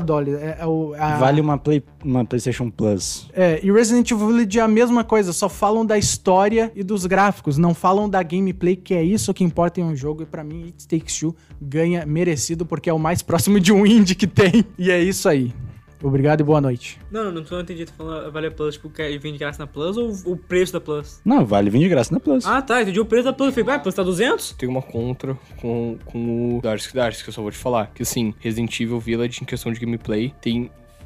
Vale uma PlayStation Plus. E Resident Evil Village é a mesma coisa, só falam da história e dos gráficos, não falam da gameplay, que é isso que importa em um jogo, e pra mim It Takes Two ganha merecido, porque é o mais próximo de um indie que tem, e é isso aí. Obrigado e boa noite. Não entendi, tu falando vale a Plus, que vem de graça na Plus ou o preço da Plus? Não, vale vir de graça na Plus. Ah, tá, entendi o preço da Plus, eu falei, Plus tá 200? Tem uma contra com o Darsk, que eu só vou te falar, que assim, Resident Evil Village em questão de gameplay tem...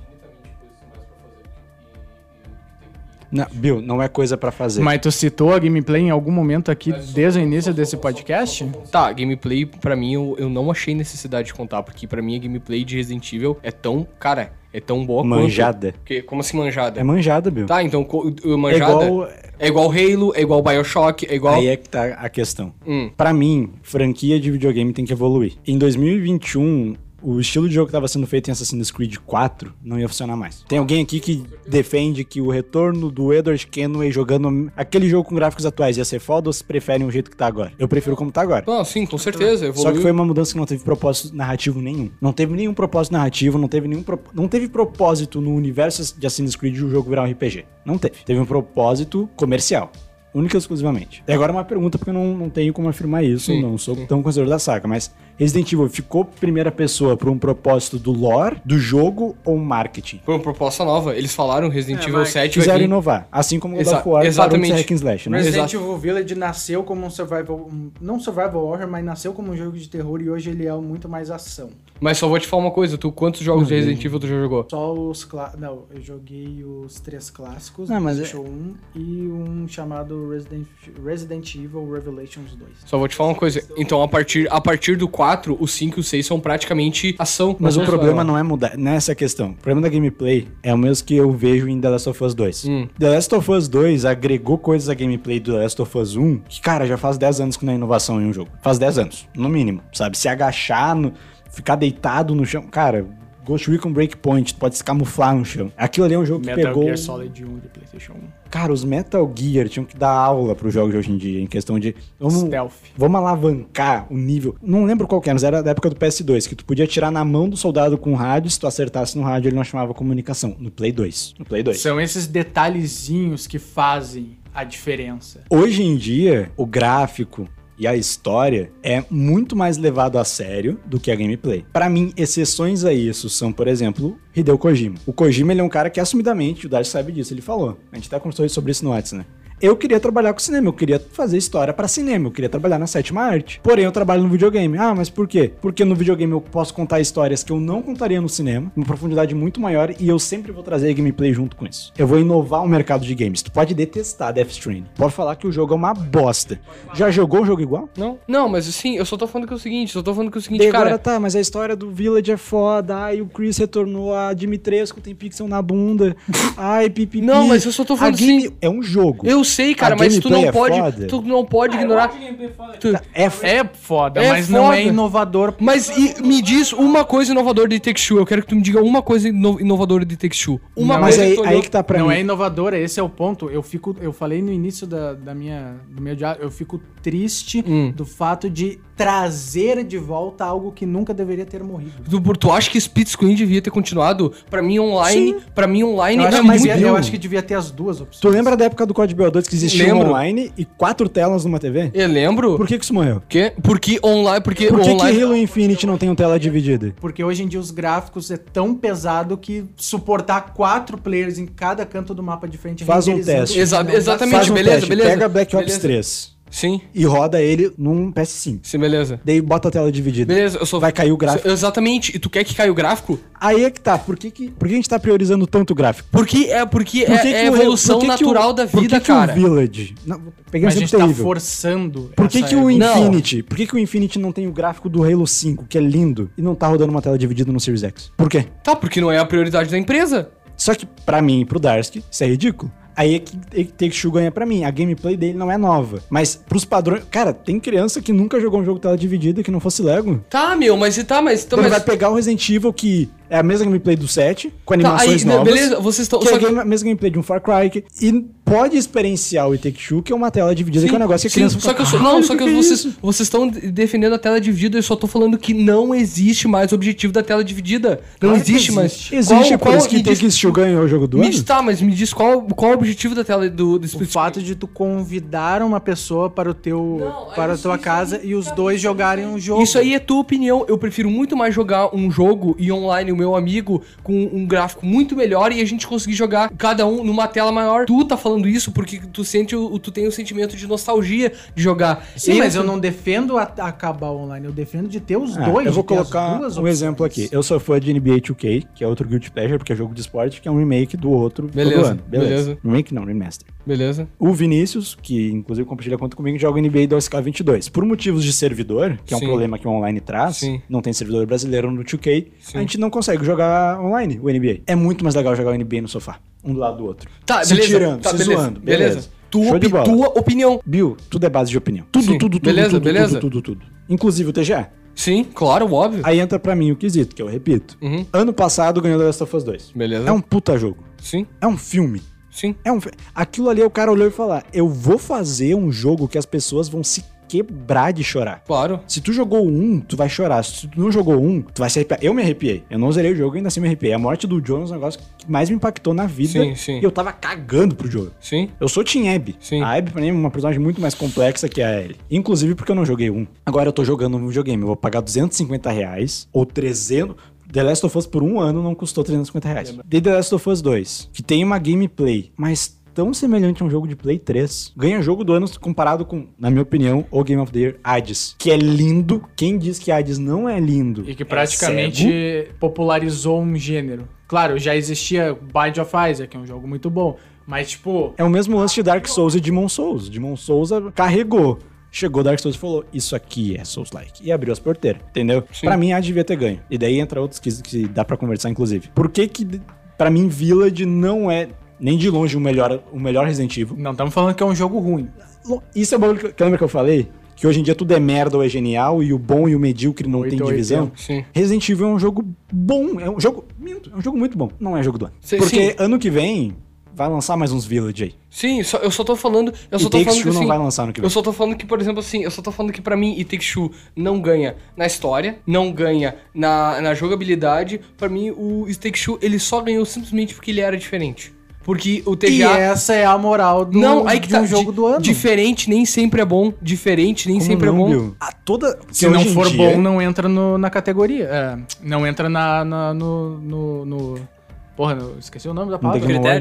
Não, Bill, não é coisa pra fazer. Mas tu citou a gameplay em algum momento aqui desde o início desse podcast? Tá, gameplay pra mim eu não achei necessidade de contar, porque pra mim a gameplay de Resident Evil é tão, cara, é tão boa manjada. Quanto... Como assim manjada? É manjada, Bill. Tá, então manjada é igual Halo, é igual BioShock, é igual... Aí é que tá a questão. Pra mim, franquia de videogame tem que evoluir. Em 2021... o estilo de jogo que estava sendo feito em Assassin's Creed 4 não ia funcionar mais. Tem alguém aqui que defende que o retorno do Edward Kenway jogando aquele jogo com gráficos atuais ia ser foda ou se preferem o jeito que tá agora? Eu prefiro como tá agora. Não, sim, com certeza. Só que foi uma mudança que não teve propósito narrativo nenhum. Não teve nenhum propósito narrativo, não teve propósito no universo de Assassin's Creed o jogo virar um RPG. Não teve. Teve um propósito comercial. Única e exclusivamente. E agora uma pergunta, porque eu não tenho como afirmar isso, não sou tão conhecedor da saga, mas Resident Evil ficou primeira pessoa por um propósito do lore, do jogo ou marketing? Foi uma proposta nova. Eles falaram Resident Evil 7 quiseram inovar, assim como o God of War parou de ser hack and slash, né? Resident Evil Village nasceu como um survival, não survival horror, mas nasceu como um jogo de terror e hoje ele é muito mais ação. Mas só vou te falar uma coisa, quantos jogos de Resident Evil tu já jogou? Só os Não, eu joguei os 3 clássicos, PlayStation 1 e um chamado Resident Evil Revelations 2. Só vou te falar uma coisa, então a partir do 4, o 5 e o 6 são praticamente ação. Mas o problema não é mudar, nessa questão. O problema da gameplay é o mesmo que eu vejo em The Last of Us 2. The Last of Us 2 agregou coisas à gameplay do The Last of Us 1 que, cara, já faz 10 anos que não é inovação em um jogo. Faz 10 anos, no mínimo, sabe? Se agachar, ficar deitado no chão, cara... Ghost Recon Breakpoint, pode se camuflar no chão. Aquilo ali é um jogo que pegou... Metal Gear Solid 1 de PlayStation 1. Cara, os Metal Gear tinham que dar aula pros jogos de hoje em dia, em questão de... Vamos alavancar o nível... Não lembro qual que era, mas era da época do PS2, que tu podia atirar na mão do soldado com rádio, se tu acertasse no rádio ele não chamava comunicação. No Play 2. São esses detalhezinhos que fazem a diferença. Hoje em dia, o gráfico... e a história é muito mais levado a sério do que a gameplay. Pra mim, exceções a isso são, por exemplo, Hideo Kojima. O Kojima, ele é um cara que assumidamente, o Darcy sabe disso, ele falou. A gente até conversou sobre isso no WhatsApp, né? eu queria trabalhar com cinema, eu queria fazer história pra cinema, eu queria trabalhar na sétima arte. Porém, eu trabalho no videogame. Ah, mas por quê? Porque no videogame eu posso contar histórias que eu não contaria no cinema, uma profundidade muito maior, e eu sempre vou trazer gameplay junto com isso. Eu vou inovar o mercado de games. Tu pode detestar Death Stranding, pode falar que o jogo é uma bosta. Já jogou um jogo igual? Não, mas assim, eu só tô falando que é o seguinte, E cara... agora tá, mas a história do Village é foda, ai, o Chris retornou, a Dimitrescu tem pixel na bunda, ai, pipipi. Não, mas eu só tô falando assim... É um jogo. Eu sei, cara, A mas tu gameplay não é pode... foda. Tu não pode ignorar... É foda, É mas não foda. é inovador. Mas me diz uma coisa inovadora de Take-Two. Eu quero que tu me diga uma coisa inovadora de Take-Two. Uma Não, Mas coisa aí que tá pra Não mim. é inovadora, esse é o ponto. Eu falei no início do meu diálogo, eu fico triste do fato de trazer de volta algo que nunca deveria ter morrido. Tu acha que Split Screen devia ter continuado? Pra mim online Eu acho, é que muito... eu acho que devia ter as duas opções. Tu lembra da época do Code BO2 que existia Lembro. online e 4 telas numa TV? Eu lembro. Por que isso morreu? Porque online... Porque Por que online... Halo Infinite não tem uma tela dividida? Porque hoje em dia os gráficos é tão pesado que suportar 4 players em cada canto do mapa de frente Faz um renderizando teste. Exato, não dá exatamente. Faz um beleza, teste, beleza. pega Black Ops Beleza. 3 Sim, e roda ele num PS5. sim, beleza. Daí bota a tela dividida. Beleza, eu só... Vai cair o gráfico. Exatamente. E tu quer que caia o gráfico? Aí é que tá. Por que a gente tá priorizando tanto o gráfico? Porque é a Por que evolução que natural da por vida, que cara. o Village... Não, peguei um Mas a exemplo gente tá terrível. forçando. Por que, essa que o evolução. Infinity... Por que o Infinity não tem o gráfico do Halo 5, que é lindo, e não tá rodando uma tela dividida no Series X? Por quê? Tá, porque não é a prioridade da empresa. Só que, pra mim e pro Darsky, isso é ridículo. Aí é que Take-Two ganha pra mim. A gameplay dele não é nova. Mas pros padrões... Cara, tem criança que nunca jogou um jogo tela dividida que não fosse Lego. Tá, meu, mas... Então ele vai pegar o Resident Evil, que é a mesma gameplay do 7, com animações aí, novas. beleza, vocês estão... Que é só a mesma gameplay de um Far Cry. E pode experienciar o Take-Two, que é uma tela dividida, que é um negócio que a criança só que eu fala, só que "Caralho, vocês estão defendendo a tela dividida, eu só tô falando que não existe mais o objetivo da tela dividida. Não Claro que existe mais. Existe, por isso que me diz- Take-Two ganhou o jogo do ano. mas me diz qual é o objetivo da tela do O Split fato de tu convidar uma pessoa para a tua casa e os dois jogarem um jogo. Isso aí é tua opinião. Eu prefiro muito mais jogar um jogo e online o meu amigo com um gráfico muito melhor e a gente conseguir jogar cada um numa tela maior. Tu tá falando isso porque tu tem o sentimento de nostalgia de jogar. Sim, mas eu não defendo acabar o online, eu defendo de ter os dois. Eu vou de ter as colocar duas um opções. exemplo aqui. Eu sou fã de NBA 2K, que é outro Guilty Pleasure, porque é jogo de esporte, que é um remake do outro Beleza, todo ano. beleza. Remake não, remaster. Beleza. O Vinícius, que inclusive compartilha conta comigo, joga NBA 2K22. Por motivos de servidor, que é um Sim. problema que o online traz, Sim. não tem servidor brasileiro no 2K, Sim. a gente não consegue jogar online o NBA. É muito mais legal jogar o NBA no sofá, um do lado do outro. Tá, se beleza. tirando, Tá, se beleza. zoando. Beleza. Show de bola. Tua opinião. Bill, tudo é base de opinião. Tudo, Sim. tudo, tudo, Beleza, tudo, beleza. tudo. Inclusive o TGA. Sim, claro, óbvio. Aí entra pra mim o quesito, que eu repito. Uhum. Ano passado ganhou The Last of Us 2. Beleza. É um puta jogo. Sim, É um filme. sim. Aquilo ali o cara olhou e falou: eu vou fazer um jogo que as pessoas vão se quebrar de chorar. Claro. Se tu jogou um, tu vai chorar. Se tu não jogou um, tu vai se arrepiar. Eu me arrepiei. Eu não zerei o jogo e ainda assim me arrepiei. A morte do Jonas é um negócio que mais me impactou na vida. Sim, sim. E eu tava cagando pro jogo. Sim. Eu sou Team Abby. Sim. A Abby, pra mim, é uma personagem muito mais complexa que a Ellie. Inclusive porque eu não joguei um. Agora eu tô jogando um videogame. Eu vou pagar R$250 ou 300... The Last of Us por um ano não custou R$350. The Last of Us 2, que tem uma gameplay, mas tão semelhante a um jogo de Play 3. Ganha jogo do ano comparado com, na minha opinião, o Game of the Year, Hades. Que é lindo. Quem diz que Hades não é lindo E que é praticamente cego. popularizou um gênero. Claro, já existia Bind of Isaac, que é um jogo muito bom. Mas, tipo, É o mesmo lance de Dark Souls e Demon Souls. Demon Souls carregou. Chegou Dark Souls e falou, isso aqui é Souls-like. E abriu as porteiras, entendeu? Sim. Pra mim, Hades devia ter ganho. E daí entra outros que dá pra conversar, inclusive. Por que pra mim, Village não é nem de longe o melhor Resident Evil? não estamos falando que é um jogo ruim. Isso é o bagulho que lembra que eu falei? Que hoje em dia tudo é merda ou é genial e o bom e o medíocre não tem 8 ou divisão. 80. Sim. Resident Evil é um jogo bom, é um jogo muito bom. Não é jogo do ano. Sim, Porque sim. ano que vem vai lançar mais uns Village aí. Sim, eu só tô falando. Eu E só tô Takes falando que Two não assim, vai lançar no que vem. eu só tô falando que, por exemplo, assim, eu só tô falando que pra mim It Takes Two não ganha na história, não ganha na jogabilidade. Pra mim, o It Takes Two, ele só ganhou simplesmente porque ele era diferente. Porque o TGA... E essa é a moral do, Não, aí que de tá. um jogo do ano. Diferente nem sempre é bom. Diferente nem Como sempre não, é bom. Bill? Se não hoje em for dia- bom, não entra na categoria. Não entra no... Porra, esqueci o nome da palavra. Game Critérios?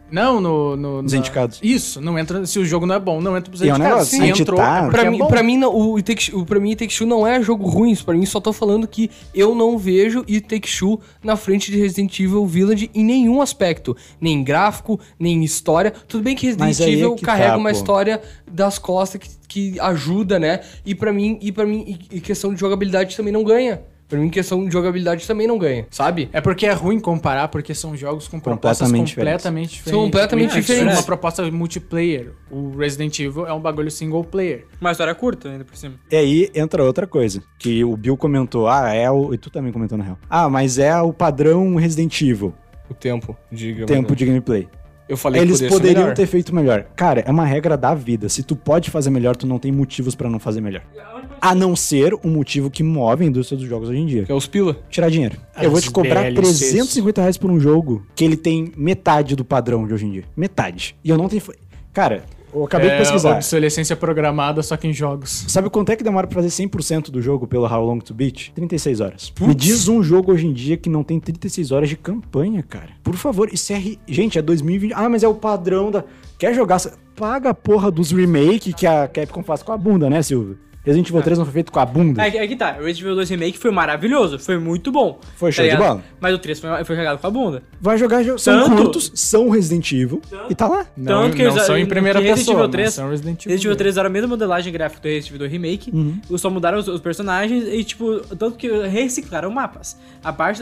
Não, nos indicados. Isso, não entra. Se o jogo não é bom, não entra pros E é um indicados. negócio, Se a gente entrou, tá- é porque Pra é mim, bom. pra mim, não, o pra mim, Take-Two não é jogo ruim. Pra mim, só tô falando que eu não vejo Take-Two na frente de Resident Evil Village em nenhum aspecto. Nem gráfico, nem história. Tudo bem que Resident Mas aí é Evil que carrega tá, uma pô. história das costas que ajuda, né? E pra mim, questão de jogabilidade também não ganha. Pra mim, questão de jogabilidade também não ganha, sabe? É porque é ruim comparar, porque são jogos com propostas Completamente completamente diferentes. São completamente Tem diferentes. uma proposta multiplayer. O Resident Evil é um bagulho single player. Uma história curta ainda por cima. E aí entra outra coisa, que o Bill comentou, e tu também comentou na real. Mas é o padrão Resident Evil, O tempo de tempo de gameplay. Eu falei Eles que poderia ser poderiam melhor. ter feito melhor. Cara, é uma regra da vida. Se tu pode fazer melhor, tu não tem motivos pra não fazer melhor. A não ser um motivo que move a indústria dos jogos hoje em dia. Que é os pila. Tirar dinheiro. Eu vou te cobrar DLCs. R$350 por um jogo que ele tem metade do padrão de hoje em dia. Metade. E eu não tenho... Cara, eu acabei de pesquisar. Obsolescência programada, só que em jogos. Sabe quanto é que demora pra fazer 100% do jogo pelo How Long to Beat? 36 horas. Me diz um jogo hoje em dia que não tem 36 horas de campanha, cara. Por favor, isso é... Gente, é 2020... mas é o padrão da... Quer jogar... Paga a porra dos remake que a Capcom faz com a bunda, né, Silvio? Resident Evil 3 não foi feito com a bunda. É que tá, o Resident Evil 2 Remake foi maravilhoso, foi muito bom. Foi show de ligado? bola. Mas o 3 foi jogado com a bunda. Vai jogar... São Tanto- curtos, são Resident Evil e tá lá. Não, Tanto que não eles- são em primeira que Resident pessoa, Evil 3 mas são Resident Evil. Resident Evil 3 era a mesma modelagem gráfica do Resident Evil 2 Remake, só mudaram os personagens e, tipo, tanto que reciclaram mapas. A parte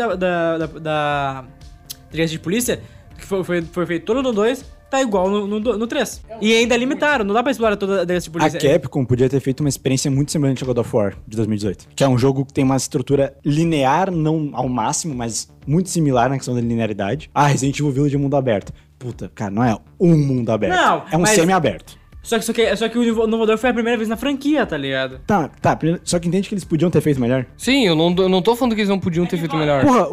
da delegacia de polícia, que foi feito todo no 2, tá igual no 3. E ainda limitaram, não dá pra explorar toda a delegacia de A polícia. Capcom podia ter feito uma experiência muito semelhante a God of War, de 2018. Que é um jogo que tem uma estrutura linear, não ao máximo, mas muito similar na questão da linearidade. Resident Evil Village é mundo aberto. Puta, cara, não é um mundo aberto. Não, é um mas- semi-aberto. Só que o inovador foi a primeira vez na franquia, tá ligado? Tá. Só que entende que eles podiam ter feito melhor? Sim, eu não tô falando que eles não podiam ter feito melhor. Porra,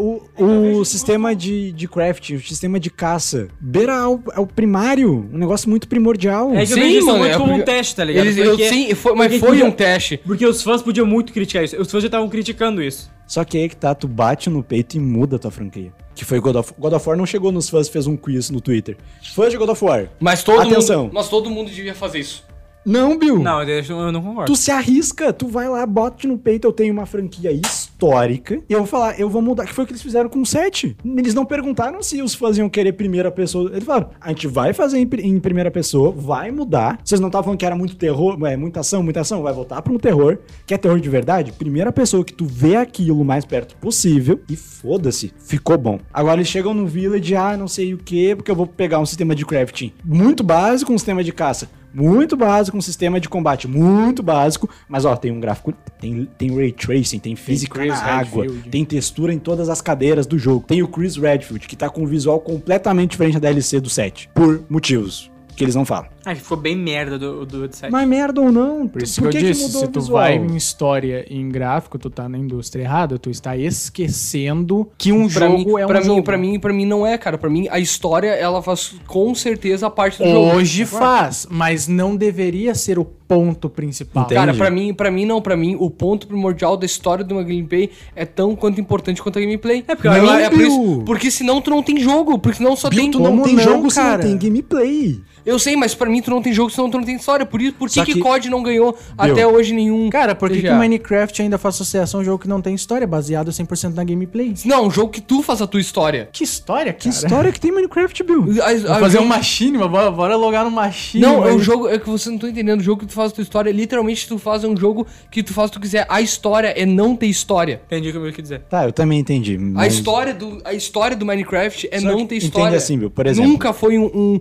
o sistema de crafting, o sistema de caça, beira ao primário. Um negócio muito primordial. É que eu Sim, vejo isso mano, muito é como um porque- teste, tá ligado? Mas porque foi um teste. Porque os fãs podiam muito criticar isso. Os fãs já estavam criticando isso. Só que aí que tá, tu bate no peito e muda a tua franquia. Que foi God of War não chegou nos fãs e fez um quiz no Twitter. Fãs de God of War. Mas Atenção. todo mundo devia fazer isso. Não, Bill. Não, eu não concordo. Tu se arrisca, tu vai lá, bote no peito, eu tenho uma franquia histórica, e eu vou falar, eu vou mudar, que foi o que eles fizeram com o 7. Eles não perguntaram se os fãs iam querer primeira pessoa. Eles falaram, a gente vai fazer em primeira pessoa, vai mudar. Vocês não estavam falando que era muito terror, muita ação, vai voltar pra um terror. Quer terror de verdade? Primeira pessoa que tu vê aquilo o mais perto possível, e foda-se, ficou bom. Agora eles chegam no Village, não sei o que, porque eu vou pegar um sistema de crafting muito básico, um sistema de caça muito básico, um sistema de combate muito básico, mas tem um gráfico, tem ray tracing, tem física Chris na água, Redfield. tem textura em todas as cadeiras do jogo. Tem o Chris Redfield, que tá com um visual completamente diferente da DLC do 7, por motivos que eles não falam. Ah, ficou bem merda do 7. Mas merda ou não, Por isso por que eu disse, mudou se o tu visual? vai em história e em gráfico, tu tá na indústria errada, tu está esquecendo que um Pra jogo mim, é um pra mim, jogo. Pra mim não é, cara. Pra mim, a história, ela faz com certeza a parte do jogo. Hoje faz, mas não deveria ser o ponto principal. Entendi. Cara, pra mim, o ponto primordial da história de uma gameplay é tão quanto importante quanto a gameplay. É porque Não, eu- é por isso, Bill. porque senão tu não tem jogo, porque senão só Bill, tem... tu não como tem não, jogo se não cara? tem gameplay. Eu sei, mas pra mim tu não tem jogo, senão tu não tem história. Por Só que que- COD não ganhou até hoje nenhum... Cara, por que TGA? o Minecraft ainda faz sucesso a um jogo que não tem história, baseado 100% na gameplay? Não, um jogo que tu faz a tua história. Que história, cara? Que história que tem Minecraft, Bill? A- Vou a- fazer jogo- um machine, mas bora logar no machine. Não, é um mas- jogo, é que você não tá entendendo. O jogo que tu faz a tua história, literalmente tu faz um jogo que tu faz o que tu quiser. A história é não ter história. Entendi o que eu quis dizer. Tá, eu também entendi. A mas- história do Minecraft é Só não que ter entende história. assim, Bill, por exemplo. Nunca foi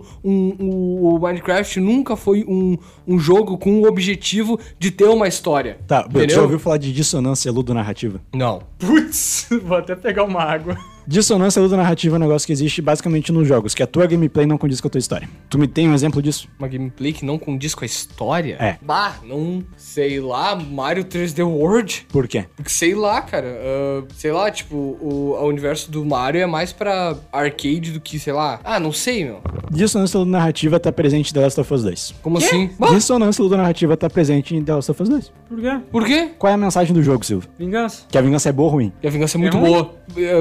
o Minecraft nunca foi um jogo com o objetivo de ter uma história. Tá, Bill, tu entendeu? já ouviu falar de dissonância ludonarrativa? Não. Putz, vou até pegar uma água. Dissonância ludonarrativa é um negócio que existe basicamente nos jogos, que a tua gameplay não condiz com a tua história. Tu me tem um exemplo disso? Uma gameplay que não condiz com a história? É. Bah, não sei lá, Mario 3D World? Por quê? Porque sei lá, cara. Sei lá, tipo, o universo do Mario é mais pra arcade do que, sei lá. Ah, não sei, meu. Dissonância ludonarrativa tá presente em The Last of Us 2. Como assim? Bah, Dissonância ludonarrativa tá presente em The Last of Us 2. Por quê? por quê? Qual é a mensagem do jogo, Silvio? Vingança. Que a vingança é boa ou ruim? E a vingança é muito ruim. boa. Todos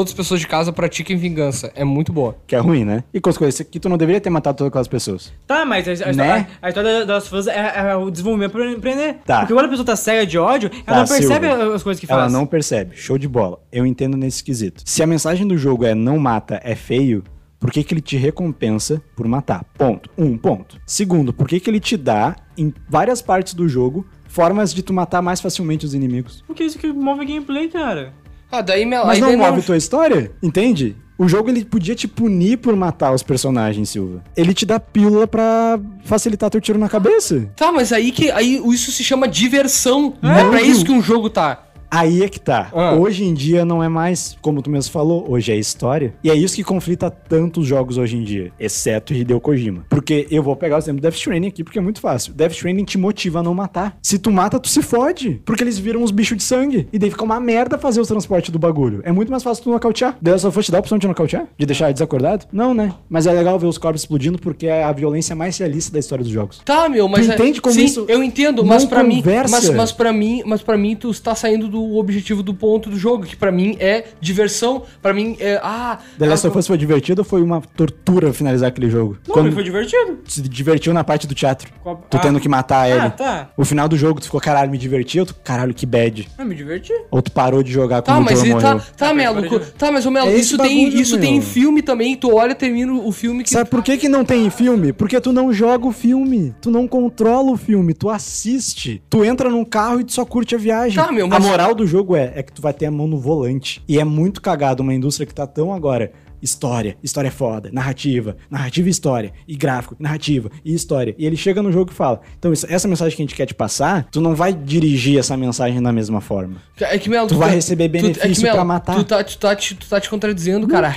outras pessoas de casa pratiquem vingança. É muito boa. Que é ruim, né? E com as coisas que tu não deveria ter matado todas aquelas pessoas. Tá, mas Né? a história das fãs é o desenvolvimento pra empreender. Tá. Porque quando a pessoa tá cega de ódio, ela Tá, não percebe Silvio. as coisas que Ela faz. não percebe. Show de bola. Eu entendo nesse quesito. Se a mensagem do jogo é não mata, é feio, por que ele te recompensa por matar? Ponto. Ponto. Segundo, por que ele te dá, em várias partes do jogo, formas de tu matar mais facilmente os inimigos? Porque isso que move a gameplay, cara. Ah, daí... Mas não move tua história? Entende? O jogo ele podia te punir por matar os personagens, Silva. Ele te dá pílula pra facilitar teu tiro na cabeça. Tá, mas aí isso se chama diversão. É Não, pra Gil. isso que um jogo tá. Aí é que tá. Ah. Hoje em dia não é mais, como tu mesmo falou, hoje é história. E é isso que conflita tantos jogos hoje em dia, exceto Hideo Kojima. Porque eu vou pegar o exemplo do Death Stranding aqui, porque é muito fácil. Death Stranding te motiva a não matar. Se tu mata, tu se fode. Porque eles viram uns bichos de sangue. E daí fica uma merda fazer o transporte do bagulho. É muito mais fácil tu nocautear. The Last of Us te dá a opção de nocautear? De deixar desacordado? Não, né? Mas é legal ver os corpos explodindo porque é a violência mais realista da história dos jogos. Tá, meu, mas... Tu entende como sim, isso eu entendo, não mas pra mim... conversa? Mas pra mim, tu está saindo do objetivo do ponto do jogo, que pra mim é diversão, pra mim é... The Last of Us foi divertido ou foi uma tortura finalizar aquele jogo? Não, Quando foi divertido. se divertiu na parte do teatro. Qual- Tu tendo que matar ele. tá. O final do jogo, tu ficou, caralho, me diverti, ou tu, caralho, que bad. Eu me diverti. Ou tu parou de jogar Tá, quando o mas Joel ele morreu. tá, Melo, tá, mas o Melo, É esse isso bagulho, tem meu. em filme também, tu olha, termina o filme que... Sabe por que não tem filme? Porque tu não joga o filme. Tu não controla o filme, tu assiste. Tu entra num carro e tu só curte a viagem. Tá, meu, mas- A moral do jogo é que tu vai ter a mão no volante. E é muito cagado uma indústria que tá tão agora... História é foda, narrativa e história, e gráfico, narrativa e história. E ele chega no jogo e fala, então essa mensagem que a gente quer te passar, tu não vai dirigir essa mensagem da mesma forma. É que, Melo, Tu vai receber benefício pra matar. Tu tá te contradizendo, cara.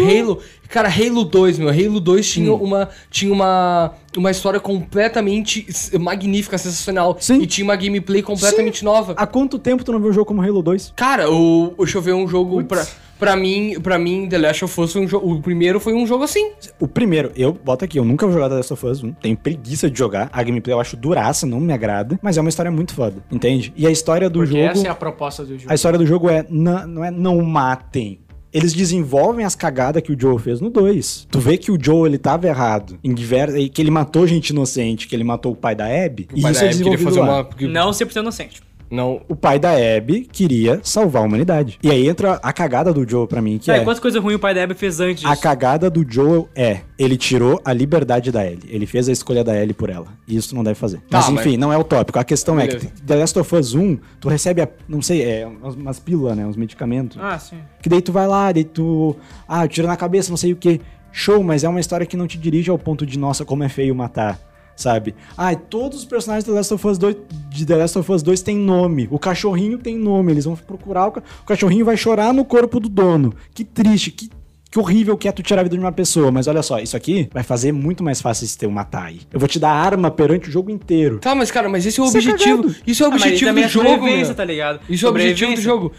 Halo 2, meu. Halo 2 tinha uma história completamente magnífica, sensacional. Sim. E tinha uma gameplay completamente nova. Há quanto tempo tu não viu um jogo como Halo 2? Cara, deixa eu ver um jogo pra mim, The Last of Us foi um jogo. O primeiro foi um jogo assim. O primeiro, eu boto aqui, eu nunca vou jogar The Last of Us 1, tenho preguiça de jogar, a gameplay eu acho duraça, não me agrada, mas é uma história muito foda, entende? E a história do Porque jogo... essa é a proposta do jogo. A história do jogo não é não matem. Eles desenvolvem as cagadas que o Joel fez no 2. Tu vê que o Joel, ele tava errado. Que ele matou gente inocente, que ele matou o pai da Abby. E isso é desenvolvido lá. Não 100% inocente. Não. O pai da Abby queria salvar a humanidade. E aí entra a cagada do Joel pra mim, que é... Quantas coisas ruins o pai da Abby fez antes A cagada do Joel ele tirou a liberdade da Ellie. Ele fez a escolha da Ellie por ela. E isso tu não deve fazer. Tá, Mas enfim, não é o tópico. A questão é Beleza. que The Last of Us 1, tu recebe, não sei, umas pílulas, né? Uns medicamentos. sim. Que daí tu vai lá, daí tu... tiro na cabeça, não sei o que. Show, mas é uma história que não te dirige ao ponto de, nossa, como é feio matar. Sabe? Todos os personagens de The Last of Us 2 têm nome. O cachorrinho tem nome. Eles vão procurar o cachorrinho vai chorar no corpo do dono. Que triste, que horrível que é tu tirar a vida de uma pessoa. Mas olha só, isso aqui vai fazer muito mais fácil esse teu matar aí. Eu vou te dar arma perante o jogo inteiro. Tá, mas cara, esse é o Isso é objetivo. cagado. Isso é o objetivo do jogo, meu. tá ligado? Isso é o objetivo do jogo.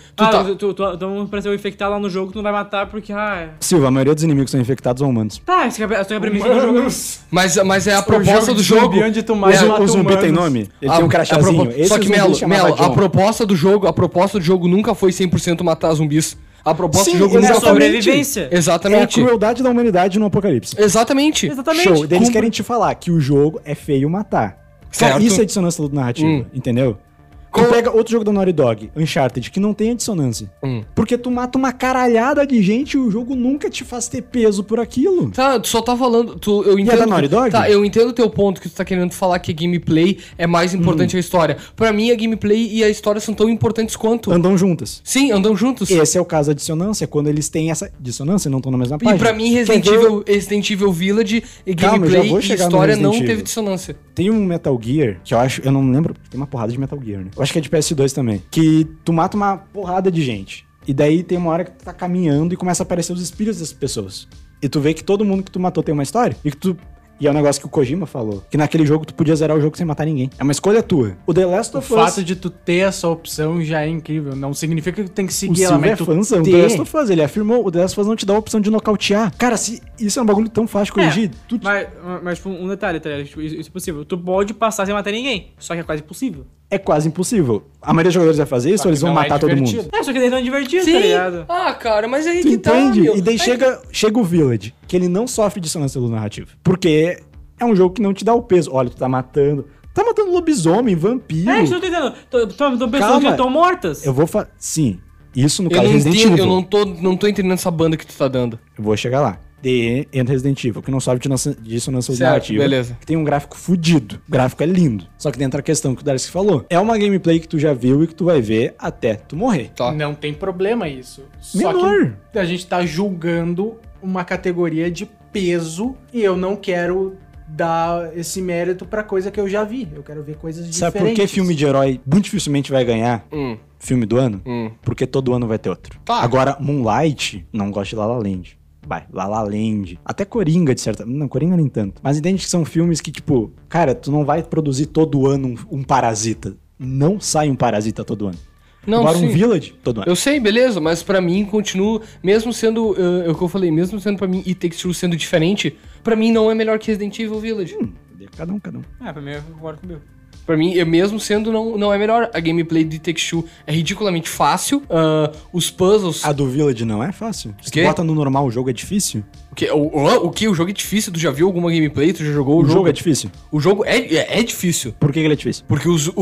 Então, pra ser infectar lá no jogo, tu não vai matar porque, Silva, a maioria dos inimigos são infectados são humanos. Tá, essa é a premissa do jogo. Mas é a proposta do jogo. Zumbi, onde tu mais mata O zumbi tem humanos. nome? Ele tem um crachazinho. Esse Só que, zumbi Melo, chamava John. a proposta do jogo nunca foi 100% matar zumbis. A proposta Sim, do jogo nunca exatamente. foi... Sobrevivência. É a Exatamente. crueldade da humanidade no apocalipse. Exatamente. Exatamente. Show. Eles Cumpre. querem te falar que o jogo é feio matar. Cara, Certo. isso é dissonância narrativa, entendeu? Tu pega outro jogo da Naughty Dog, Uncharted, que não tem a dissonância. Porque tu mata uma caralhada de gente e o jogo nunca te faz ter peso por aquilo. Tá, tu só tá falando. Eu entendo. da Naughty Dog? Tá, eu entendo o teu ponto que tu tá querendo falar que a gameplay é mais importante que a história. Pra mim, a gameplay e a história são tão importantes quanto. Andam juntas. Sim, andam juntos. Esse é o caso da dissonância, quando eles têm essa dissonância e não estão na mesma E página. pra mim, Resident Evil Village e Calma, eu já gameplay vou e chegar no história não Resident teve Evil. dissonância. Tem um Metal Gear, que eu não lembro, tem uma porrada de Metal Gear, né? Eu acho que é de PS2 também. Que tu mata uma porrada de gente. E daí tem uma hora que tu tá caminhando e começa a aparecer os espíritos das pessoas. E tu vê que todo mundo que tu matou tem uma história. E é um negócio que o Kojima falou. Que naquele jogo tu podia zerar o jogo sem matar ninguém. É uma escolha tua. O The Last O of Us... fato de tu ter essa opção já é incrível. Não significa que tu tem que O seguir ela, Silvio é mas tu fãzão do ter... The Last of Us. Ele afirmou, o The Last of Us não te dá a opção de nocautear. Cara, se isso é um bagulho tão fácil de corrigir, Mas tipo, um detalhe, tá ligado? Tipo, isso é possível. Tu pode passar sem matar ninguém, só que é quase impossível. é quase impossível. A maioria dos jogadores vai fazer isso, ou eles vão não é matar todo mundo. divertido. É, só que daí não é divertido, Sim. tá ligado? Ah, cara, mas aí Tu que tá, entende? meu. E daí Aí chega o Village, que ele não sofre dissonância narrativa. Porque é um jogo que não te dá o peso. Olha, tu tá matando lobisomem, vampiro. É, isso eu tô entendendo. Tô pensando Calma. que estão mortas. Eu vou falar... Sim, isso no Eu caso não de Resident entendo, Evil. não tô entendendo essa banda que tu tá dando. Eu vou chegar lá. Entra Resident Evil, que não sofre dissonância Certo, narrativa. beleza. Que tem um gráfico fudido. O gráfico é lindo. Só que dentro da questão que o Darcy falou. É uma gameplay que tu já viu e que tu vai ver até tu morrer. Tá. Não tem problema isso. Só Menor. que a gente tá julgando uma categoria de peso e eu não quero dar esse mérito pra coisa que eu já vi. Eu quero ver coisas diferentes. Sabe por que filme de herói muito dificilmente vai ganhar filme do ano? Hum. Porque todo ano vai ter outro. Tá. Agora, Moonlight, não gosto de La La Land. Vai, La La Land. Até Coringa, de certa... Não, Coringa nem tanto. Mas entende que são filmes que, tipo... Cara, tu não vai produzir todo ano um Parasita. Não sai um Parasita todo ano. Não, Agora sim. um Village, todo ano. Eu sei, beleza, mas pra mim continua, mesmo sendo, é o que eu falei, mesmo sendo pra mim It Takes Two sendo diferente, pra mim não é melhor que Resident Evil Village. Cada um. É, pra mim eu concordo com o Bill. Pra mim, mesmo sendo, não é melhor. A gameplay de It Takes Two é ridiculamente fácil, os puzzles... A do Village não é fácil. Se tu quê? bota no normal, o jogo é difícil. O que? O jogo é difícil? Tu já viu alguma gameplay? Tu já jogou O jogo é difícil. O jogo é difícil. Por que ele é difícil? Porque os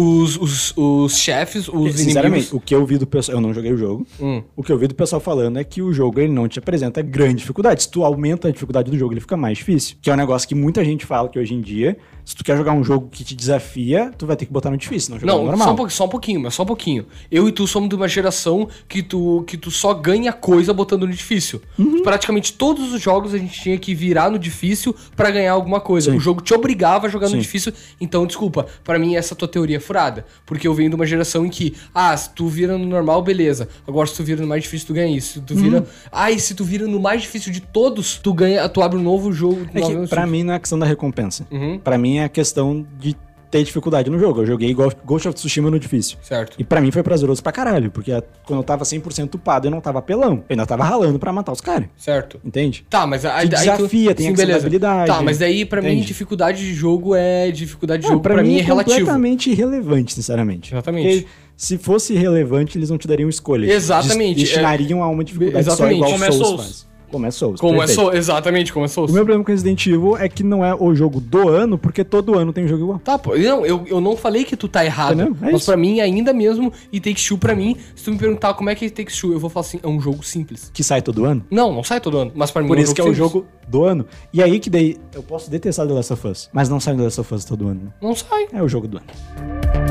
chefes, os Sinceramente, inimigos... o que eu vi do pessoal... Eu não joguei o jogo. O que eu vi do pessoal falando é que o jogo ele não te apresenta grande dificuldade. Se tu aumenta a dificuldade do jogo, ele fica mais difícil. Que é um negócio que muita gente fala que hoje em dia, se tu quer jogar um jogo que te desafia, tu vai ter que botar no difícil, não jogar no Não, normal. só um pouquinho, mas só um pouquinho. Eu e tu somos de uma geração que tu só ganha coisa botando no difícil. Praticamente todos os jogos a gente tinha que virar no difícil pra ganhar alguma coisa. Sim. O jogo te obrigava a jogar Sim. no difícil. Então, desculpa, pra mim essa tua teoria é furada. Porque eu venho de uma geração em que, se tu vira no normal, beleza. Agora se tu vira no mais difícil, tu ganha isso. Se tu vira... e se tu vira no mais difícil de todos, tu abre um novo jogo. É que pra mim não é a questão da recompensa. Uhum. Pra mim é a questão de ter dificuldade no jogo. Eu joguei Ghost of Tsushima no difícil. Certo. E pra mim foi prazeroso pra caralho, porque quando eu tava 100% upado, eu não tava apelão. Eu ainda tava ralando pra matar os caras. Certo. Entende? Tá, mas aí desafia, tem a questão da habilidade. Tá, mas daí pra mim Entende? dificuldade de jogo é Pra pra mim mim é relativo. completamente irrelevante, sinceramente. Exatamente. Porque se fosse relevante, eles não te dariam escolha. Exatamente, Destinariam a uma dificuldade exatamente. só igual Como é Souls Souls. faz. Como é Souls. Como perfeito. exatamente, como é Souls. O meu problema com Resident Evil é que não é o jogo do ano, porque todo ano tem um jogo igual. Tá, pô, não, eu não falei que tu tá errado. Entendeu? É Mas isso. pra mim, ainda mesmo, It Takes Two pra mim, se tu me perguntar como é que é It Takes Two, eu vou falar assim, é um jogo simples. Que sai todo ano. Não sai todo ano, mas pra mim Por isso que é o simples. jogo do ano. E aí que daí, eu posso detestar The Last of Us, mas não sai The Last of Us todo ano. Não sai. É o jogo do ano.